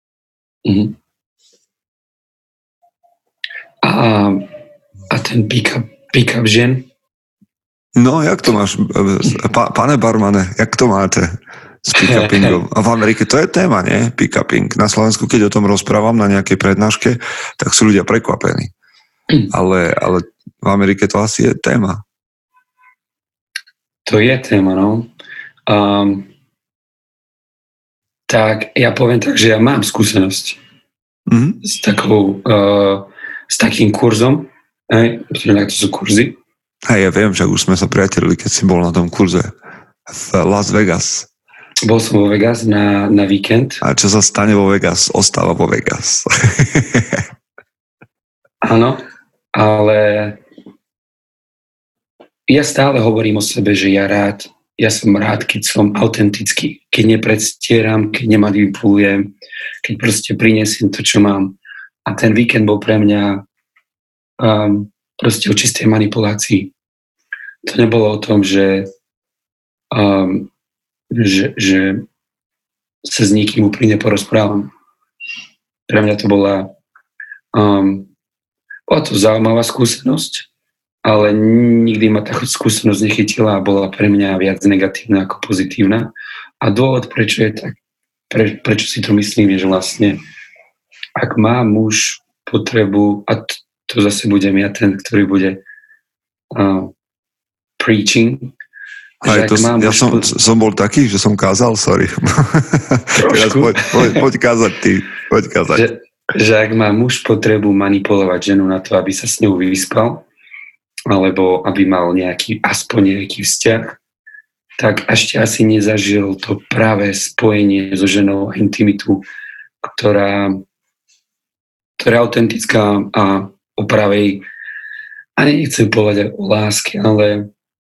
A ten pick-up žien? No, jak to máš, pane barmane, jak to máte s pick-upingom? A v Amerike to je téma, nie? Pick-uping. Na Slovensku, keď o tom rozprávam na nejakej prednáške, tak sú ľudia prekvapení. Ale v Amerike to asi je téma. To je téma, no. Tak ja poviem tak, že ja mám skúsenosť s takým kurzom. To sú kurzy. Hej, ja viem, že už sme sa priatelili, keď si bol na tom kurze v Las Vegas. Bol som vo Vegas na víkend. A čo sa stane vo Vegas, ostáva vo Vegas. Áno, ale ja stále hovorím o sebe, že ja som rád, keď som autentický, keď nepredstieram, keď nemanipulujem, keď proste prinesiem to, čo mám. A ten víkend bol pre mňa proste o čistej manipulácii. To nebolo o tom, že sa s nikým úprimne porozprávam. Pre mňa to bola zaujímavá skúsenosť, ale nikdy ma tá skúsenosť nechytila a bola pre mňa viac negatívna ako pozitívna. A dôvod, prečo je tak, prečo si to myslím, je, že vlastne ak má muž potrebu, a to zase budem ja ten, ktorý bude preaching. Som bol taký, že som kázal, sorry. Teraz poď kázať ty. Že ak má muž potrebu manipulovať ženu na to, aby sa s ňou vyspal, alebo aby mal aspoň nejaký vzťah, tak ešte asi nezažil to práve spojenie so ženou a intimitu, ktorá je autentická a o pravej, a nechcem povedať o láske, ale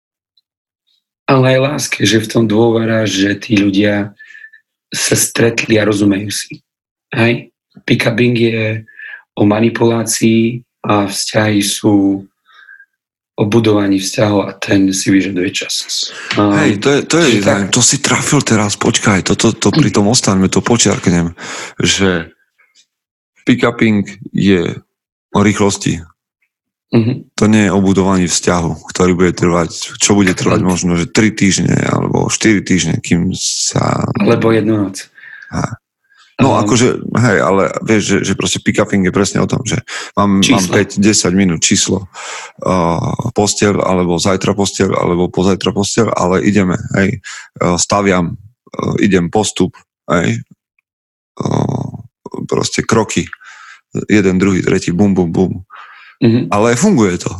aj láske, že v tom dôvera, že tí ľudia sa stretli a rozumejú si. Hej? Pick-uping je o manipulácii a vzťahy sú o budovaní vzťahov a ten si vyžaduje čas. Hej, to si trafil teraz, počkaj, to pri tom ostaňme, to počiarknem, že pick-uping je o rýchlosti. To nie je o budovaní vzťahu, ktorý bude trvať, čo bude trvať možno, že 3 týždne alebo 4 týždne, kým sa... Alebo jednu noc. No akože, hej, ale vieš, že proste pick-uping je presne o tom, že mám 5-10 minút číslo posteľ, alebo zajtra posteľ, alebo pozajtra posteľ, ale ideme, hej, staviam, idem postup, hej, proste kroky, jeden, druhý, tretí, bum, bum, bum. Ale funguje to.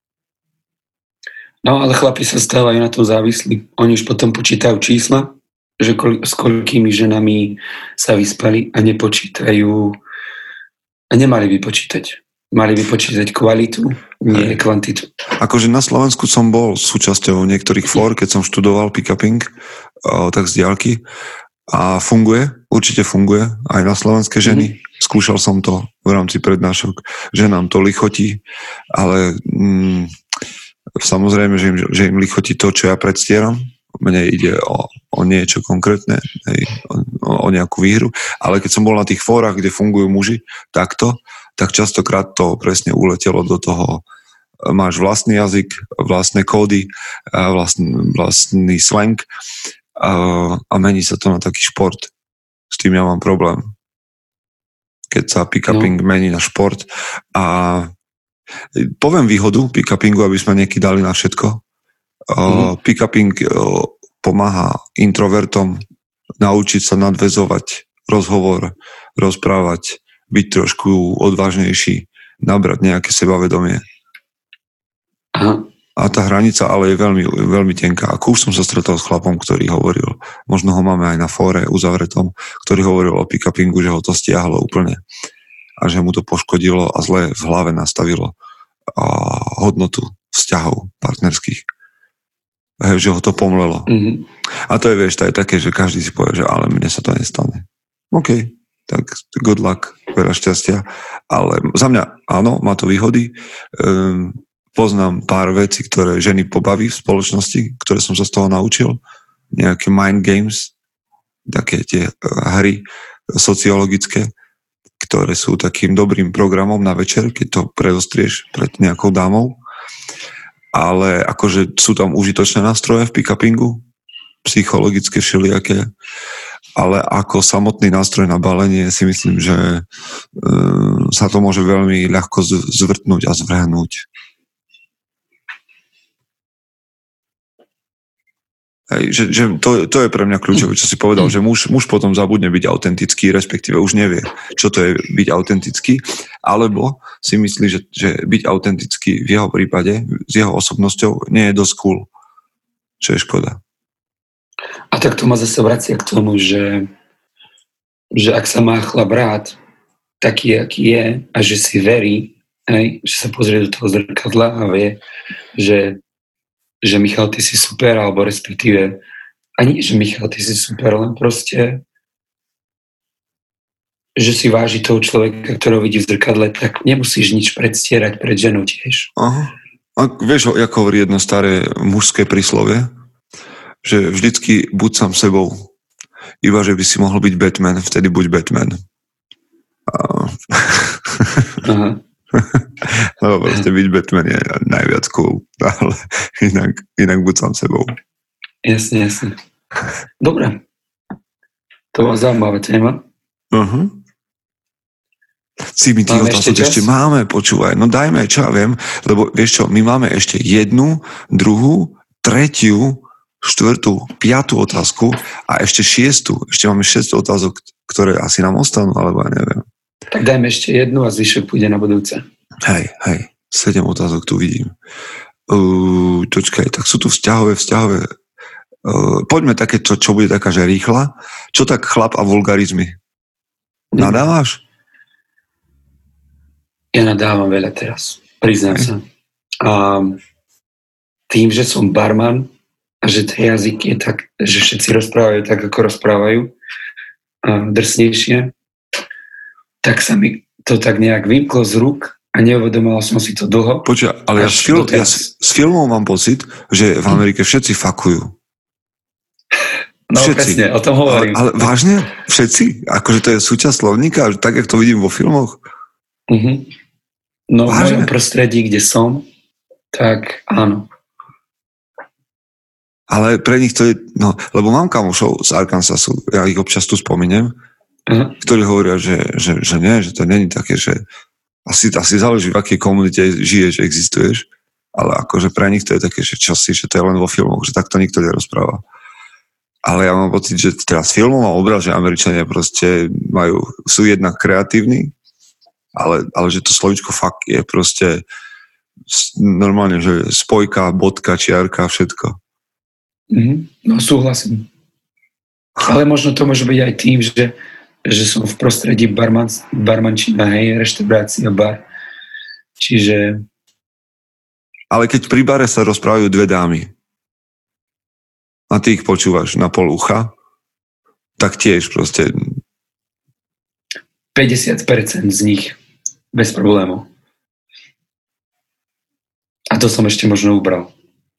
No, ale chlapi sa stávajú na to závislí. Oni už potom počítajú čísla, že s koľkými ženami sa vyspali a nepočítajú a nemali by počítať. Mali by počítať kvalitu, nie kvantitu. Akože na Slovensku som bol súčasťou niektorých fór, keď som študoval pick-uping, tak z diaľky, a funguje, určite funguje aj na slovenské ženy. Skúšal som to v rámci prednášok, že nám to lichotí, ale samozrejme, že im lichotí to, čo ja predstieram. Mne ide o niečo konkrétne, o nejakú výhru, ale keď som bol na tých fórach, kde fungujú muži takto, tak častokrát to presne uletelo do toho, máš vlastný jazyk, vlastné kódy, vlastný slang a mení sa to na taký šport. S tým ja mám problém. Keď sa pick-uping mení na šport. A poviem výhodu pick-upingu, aby sme nekydali na všetko. Pick-uping pomáha introvertom naučiť sa nadväzovať rozhovor, rozprávať, byť trošku odvážnejší, nabrať nejaké sebavedomie. A tá hranica ale je veľmi, veľmi tenká. Ako už som sa stretol s chlapom, ktorý hovoril, možno ho máme aj na fóre uzavretom, ktorý hovoril o pick-upingu, že ho to stiahlo úplne a že mu to poškodilo a zle v hlave nastavilo hodnotu vzťahov partnerských. Že ho to pomlelo. A to je, vieš, to je také, že každý si povie, že ale mne sa to nestane. OK, tak good luck, veľa šťastia. Ale za mňa, áno, má to výhody. Poznám pár vecí, ktoré ženy pobaví v spoločnosti, ktoré som sa z toho naučil. Nejaké mind games, také tie hry sociologické, ktoré sú takým dobrým programom na večer, keď to predostrieš pred nejakou dámou. Ale akože sú tam užitočné nástroje v pick-upingu, psychologické všelijaké, ale ako samotný nástroj na balenie si myslím, že sa to môže veľmi ľahko zvrtnúť a zvrhnúť. Hej, že to je pre mňa kľúčové, čo si povedal, že muž potom zabudne byť autentický, respektíve už nevie, čo to je byť autentický, alebo si myslí, že byť autentický v jeho prípade, s jeho osobnosťou, nie je dosť cool, čo je škoda. A tak to ma zase vracia k tomu, že ak sa má chlap rád, taký, aký je, a že si verí, hej, že sa pozrie do toho zrkadla a vie, že Michal, ty si super, alebo respektíve ani, že Michal, ty si super, len proste, že si váži toho človeka, ktorého vidí v zrkadle, tak nemusíš nič predstierať pred ženou tiež. Aha. A vieš, ako hovorí jedno staré mužské príslovie, že vždycky buď sám sebou, iba že by si mohol byť Batman, vtedy buď Batman. Aha. No proste byť Batman je najviac cool, ale inak buď sám sebou. Jasne. Dobre. To bola zaujímavá téma. Si mi tých otázok ešte máme, počúvaj. No dajme, čo ja viem, lebo vieš čo, my máme ešte 1, 2, 3, 4, 5 otázku a ešte 6. Ešte máme 6 otázok, ktoré asi nám ostanú, alebo ja neviem. Tak dajme ešte 1 a zvyšok pôjde na budúce. Hej, 7 otázok tu vidím. Počkaj, tak sú tu vzťahové Poďme také, čo bude taká, že rýchla. Čo tak chlap a vulgarizmy? Nadávaš? Ja nadávam veľa teraz, priznám sa. A tým, že som barman a že ten jazyk je tak, že všetci rozprávajú tak, ako rozprávajú, drsnejšie, tak sa mi to tak nejak vymklo z rúk a neuvedomoval som si to dlho. Počuť, ale ja s filmov mám pocit, že v Amerike všetci fakujú. No všetci. Presne, o tom hovorím. Ale vážne? Všetci? Akože to je súčasť slovníka, tak, jak to vidím vo filmoch? No vážne? V mojom prostredí, kde som, tak áno. Ale pre nich to je, no, lebo mám kamošov z Arkansasu, ja ich občas tu spomeniem, ktorí hovoria, že nie, že to není také, že asi záleží, v akej komunite žiješ, existuješ, ale akože pre nich to je také, že časy, že to je len vo filmoch, že takto nikto nerozpráva. Ale ja mám pocit, že teraz filmom mám obraz, že Američania proste sú jednak kreatívni, ale že to slovičko fakt je proste normálne, že spojka, bodka, čiarka, všetko. No súhlasím. Ale možno to môže byť aj tým, že som v prostredí barmančina, hej, reštaurácia, bar. Čiže... Ale keď pri bare sa rozprávajú dve dámy a ty ich počúvaš na pol ucha, tak tiež proste... 50% z nich bez problémov. A to som ešte možno ubral.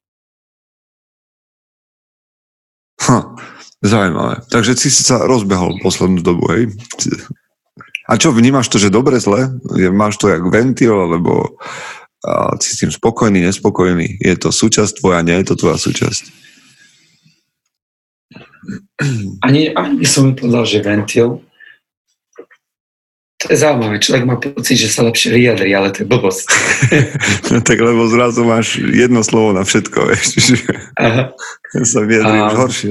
Zaujímavé. Takže si sa rozbehol poslednú dobu, hej? A čo, vnímaš to, že dobre, zle? Máš to jak ventil, alebo si s tým spokojný, nespokojný? Je to súčasť tvoja, nie je to tvoja súčasť? Ani som mi povedal, že ventil. To je zaujímavé. Človek má pocit, že sa lepšie vyjadrí, ale to je blbosť. No tak lebo zrazu máš jedno slovo na všetko, vieš. Aha. Sa vyjadríš horšie.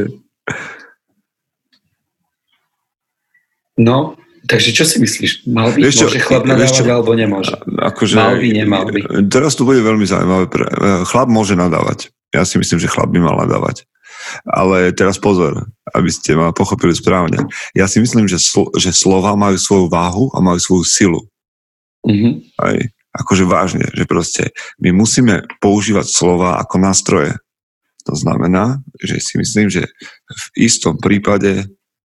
No, takže čo si myslíš? Mal by, môže chlap nadávať, alebo nemôže? Akože, mal by, nemal by. Teraz to bude veľmi zaujímavé. Chlap môže nadávať. Ja si myslím, že chlap by mal nadávať. Ale teraz pozor, aby ste ma pochopili správne. Ja si myslím, že slova majú svoju váhu a majú svoju silu. Aj, akože vážne, že proste my musíme používať slova ako nástroje. To znamená, že si myslím, že v istom prípade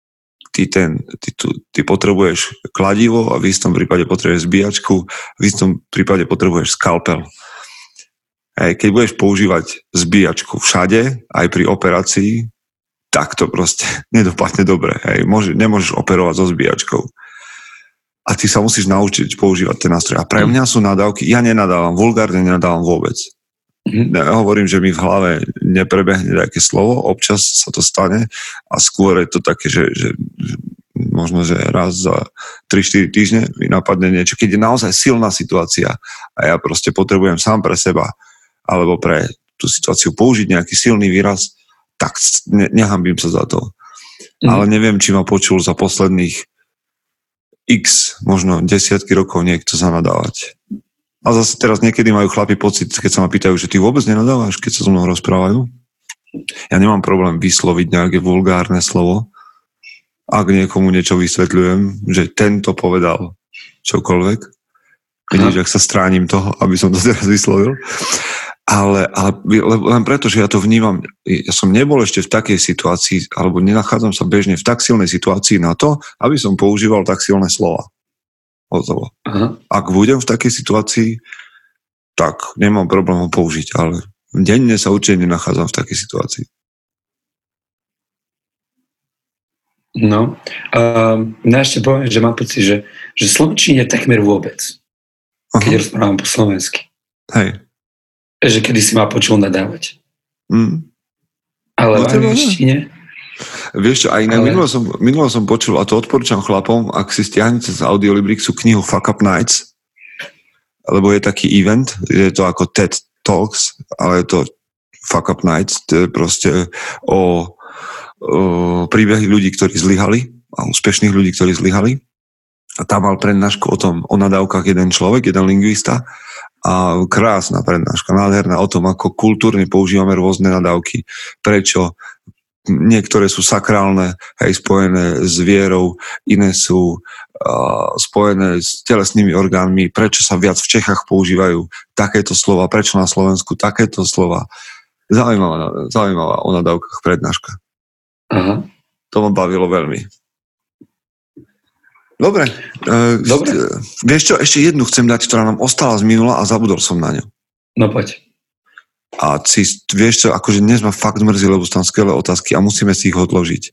ty potrebuješ kladivo a v istom prípade potrebuješ zbíjačku, v istom prípade potrebuješ skalpel. Keď budeš používať zbíjačku všade, aj pri operácii, tak to proste nedopadne dobre. Nemôžeš operovať so zbíjačkou. A ty sa musíš naučiť používať tie nástroje. A pre mňa sú nadávky, ja nenadávam, vulgárne nenadávam vôbec. Ja hovorím, že mi v hlave neprebehne nejaké slovo, občas sa to stane a skôr je to také, že možno, že raz za 3-4 týždne mi napadne niečo, keď je naozaj silná situácia a ja proste potrebujem sám pre seba alebo pre tú situáciu použiť nejaký silný výraz, tak nehambím sa za to. Ale neviem, či ma počul za posledných x, možno desiatky rokov niekto zanadávať. A zase teraz niekedy majú chlapi pocit, keď sa ma pýtajú, že ty vôbec nenadávaš, keď sa so mnou rozprávajú. Ja nemám problém vysloviť nejaké vulgárne slovo, ak niekomu niečo vysvetľujem, že tento povedal čokoľvek. Vidíš, ak sa stránim toho, aby som to teraz vyslovil. Ale len preto, že ja to vnímam, ja som nebol ešte v takej situácii, alebo nenachádzam sa bežne v tak silnej situácii na to, aby som používal tak silné slova. Hotovo. Ak budem v takej situácii, tak nemám problém ho použiť, ale denne sa určite nenachádzam v takej situácii. No, ja ešte poviem, že mám pocit, že slovenčine takmer vôbec, keď rozprávam po slovensky. Hej. Že kedy si ma počul nadávať. Ale v angličtine... Vieš čo, aj minulo som počul, a to odporúčam chlapom, ak si stiahnete z Audiolibrixu knihu Fuck Up Nights, lebo je taký event, je to ako TED Talks, ale je to Fuck Up Nights, to je proste o príbehy ľudí, ktorí zlyhali a úspešných ľudí, ktorí zlyhali. A tam mal prednášku o nadávkach jeden človek, jeden lingvista, a krásna prednáška, nádherná o tom, ako kultúrne používame rôzne nadávky. Prečo niektoré sú sakrálne, hej, spojené s vierou, iné sú spojené s telesnými orgánmi, prečo sa viac v Čechách používajú takéto slova, prečo na Slovensku takéto slova. Zaujímavá o nadávkach prednáška. Aha. To ma bavilo veľmi. Dobre. Vieš čo, ešte jednu chcem dať, ktorá nám ostala z minula a zabudol som na ňu. No poď. A vieš čo, akože dnes ma fakt mrzí, lebo sú tam skvelé otázky a musíme si ich odložiť.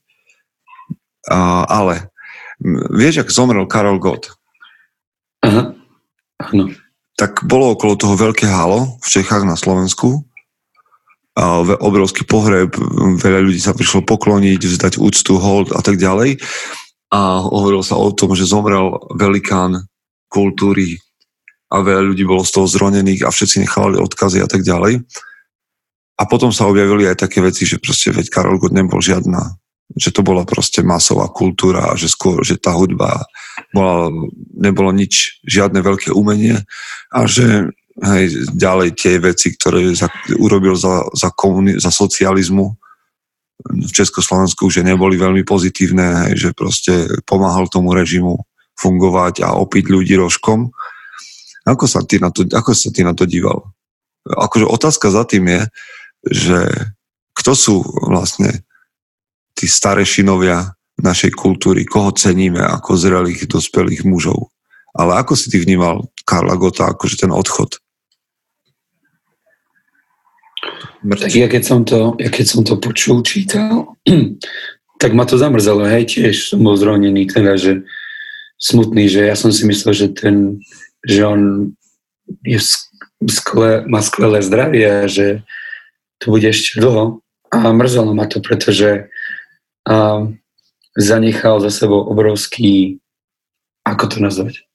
Ale vieš, ak zomrel Karel Gott? Aha, áno. Tak bolo okolo toho veľké halo v Čechách na Slovensku. Obrovský pohreb, veľa ľudí sa prišlo pokloniť, vzdať úctu, hold a tak ďalej. A hovorilo sa o tom, že zomrel velikán kultúry a veľa ľudí bolo z toho zronených a všetci nechávali odkazy a tak ďalej. A potom sa objavili aj také veci, že proste veď Karel Gott nebol žiadna, že to bola proste masová kultúra a že skôr, že tá hudba nebolo nič, žiadne veľké umenie a že hej, ďalej tie veci, ktoré urobil za socializmu v Československu, že neboli veľmi pozitívne, hej, že proste pomáhal tomu režimu fungovať a opiť ľudí rožkom. Ako sa ty na to díval? Akože otázka za tým je, že kto sú vlastne tí starešinovia našej kultúry, koho ceníme ako zrelých, dospelých mužov. Ale ako si ty vnímal Karla Gotta, akože ten odchod? Tak ja keď som to počul, čítal, tak ma to zamrzelo, hej, tiež som bol zronený, teda, že smutný, že ja som si myslel, že on má skvelé zdravie a že to bude ešte dlho. A mrzelo ma to, pretože zanechal za sebou obrovský, ako to nazvať,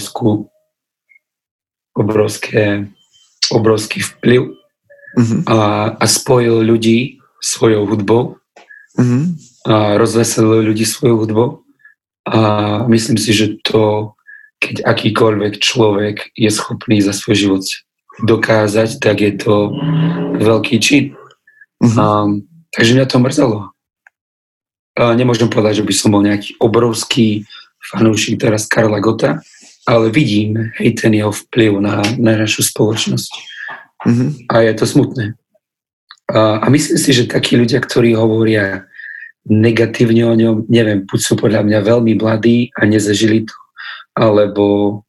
obrovský vplyv a spojil ľudí svojou hudbou a rozveselil ľudí svojou hudbou a myslím si, že to, keď akýkoľvek človek je schopný za svoj život dokázať, tak je to veľký čin. Takže mňa to mrzelo. Nemôžem povedať, že by som bol nejaký obrovský fanúšik teraz Karla Gotta, ale vidím, hej, ten jeho vplyv na našu spoločnosť. A je to smutné. A myslím si, že takí ľudia, ktorí hovoria negatívne o ňom, neviem, buď sú podľa mňa veľmi mladí a nezažili to, alebo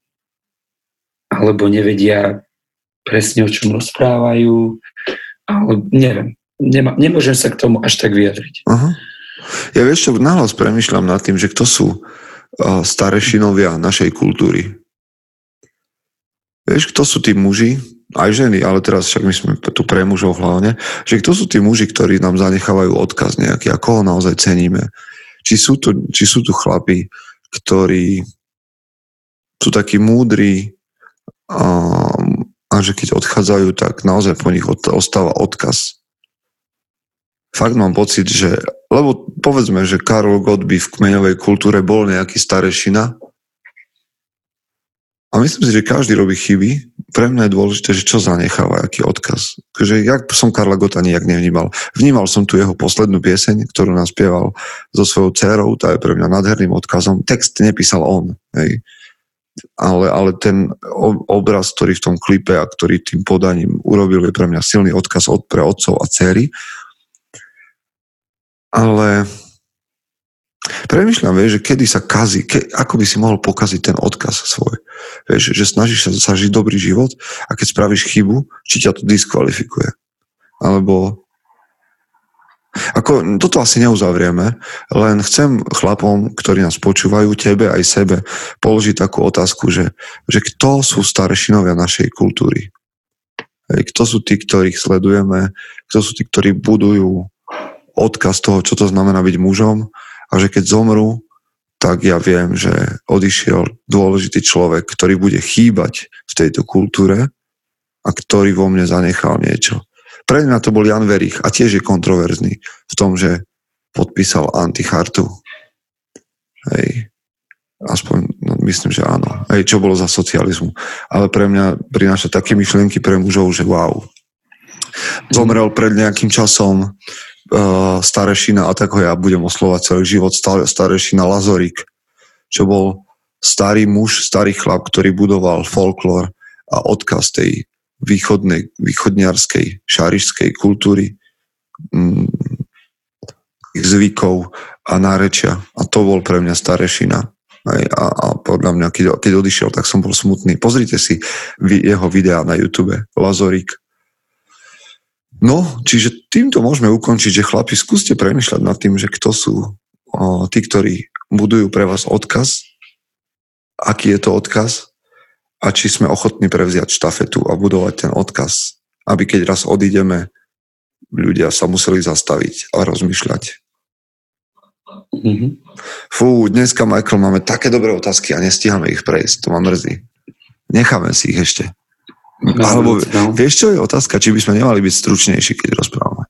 nevedia presne, o čom rozprávajú, ale neviem. Nemôžem sa k tomu až tak vyjadriť. Aha. Ja vieš čo, nahlas premýšľam nad tým, že kto sú starešinovia našej kultúry. Vieš, kto sú tí muži, aj ženy, ale teraz však my sme tu pre mužov hlavne, že kto sú tí muži, ktorí nám zanechávajú odkaz nejaký a koho naozaj ceníme. Či sú tu chlapi, ktorí sú takí múdri a že keď odchádzajú, tak naozaj po nich ostáva odkaz. Fakt mám pocit, že lebo povedzme, že Karel Gott by v kmeňovej kultúre bol nejaký starešina a myslím si, že každý robí chyby. Pre mňa je dôležité, že čo zanecháva, aký odkaz. Takže ja som Karla Gotta nijak nevnímal. Vnímal som tu jeho poslednú pieseň, ktorú naspieval so svojou dcerou, tá je pre mňa nádherným odkazom. Text nepísal on, hej. Ale ten obraz, ktorý v tom klipe a ktorý tým podaním urobil, je pre mňa silný odkaz pre otcov a dcery. Ale premýšľam, vieš, že kedy sa kazí, ako by si mohol pokaziť ten odkaz svoj. Vieš, že snažíš sa žiť dobrý život a keď spravíš chybu, či ťa to diskvalifikuje. Alebo toto asi neuzavrieme, len chcem chlapom, ktorí nás počúvajú, tebe aj sebe, položiť takú otázku, že kto sú starešinovia našej kultúry? Kto sú tí, ktorých sledujeme? Kto sú tí, ktorí budujú odkaz toho, čo to znamená byť mužom? A že keď zomrú, tak ja viem, že odišiel dôležitý človek, ktorý bude chýbať v tejto kultúre a ktorý vo mne zanechal niečo. Pre mňa to bol Jan Verich a tiež je kontroverzný v tom, že podpísal antichartu. Hej. Aspoň, myslím, že áno. Hej, čo bolo za socializmu. Ale pre mňa prináša také myšlienky pre mužov, že wow. Zomrel pred nejakým časom, starešina, a tak ho ja budem oslovať celý život, starešina Lazorík, čo bol starý muž, starý chlap, ktorý budoval folklór a odkaz tej východniarskej, šarišskej kultúry, zvykov a nárečia. A to bol pre mňa starešina. A podľa mňa, keď odišiel, tak som bol smutný. Pozrite si jeho videá na YouTube, Lazorík. No, čiže týmto môžeme ukončiť, že chlapi, skúste premýšľať nad tým, že kto sú tí, ktorí budujú pre vás odkaz, aký je to odkaz a či sme ochotní prevziať štafetu a budovať ten odkaz, aby keď raz odídeme, ľudia sa museli zastaviť a rozmýšľať. Mm-hmm. Fú, dneska, Michael, máme také dobré otázky a nestíhame ich prejsť, to ma mrzí. Necháme si ich ešte. Alebo vieš, čo je otázka, či by sme nemali byť stručnejší, keď rozprávame?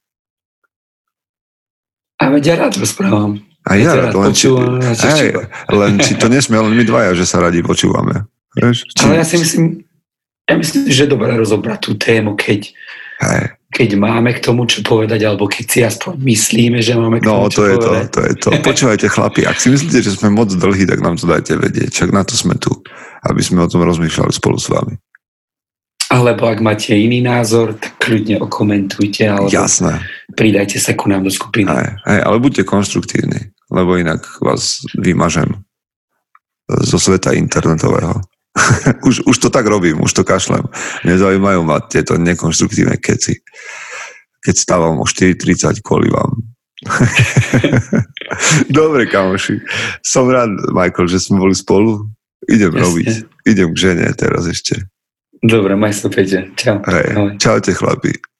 A veď ja rád rozprávam. A ja rád počúvam. Len či to nesme len my dvaja, že sa radi počúvame. Vieš, ale ja myslím, že je dobré rozobrať tú tému, keď máme k tomu čo povedať, alebo keď si aspoň myslíme, že máme k tomu čo povedať. No, to je to. Počúvajte, chlapi, ak si myslíte, že sme moc dlhí, tak nám to dajte vedieť. Čak na to sme tu, aby sme o tom rozmýšľali spolu s vami. Alebo ak máte iný názor, tak kľudne okomentujte, alebo jasné, pridajte sa ku nám do skupiny. Ale buďte konštruktívni, lebo inak vás vymažem zo sveta internetového. už to tak robím, už to kašlem. Nezaujímajú ma tieto nekonštruktívne keci. Keď stávam o 4:30 kvôli vám. Dobre, kamoši. Som rád, Michael, že sme boli spolu. Idem robiť. Idem k žene teraz ešte. Dobre, maj sa, Peťa. Čau. Čaute, chlapi.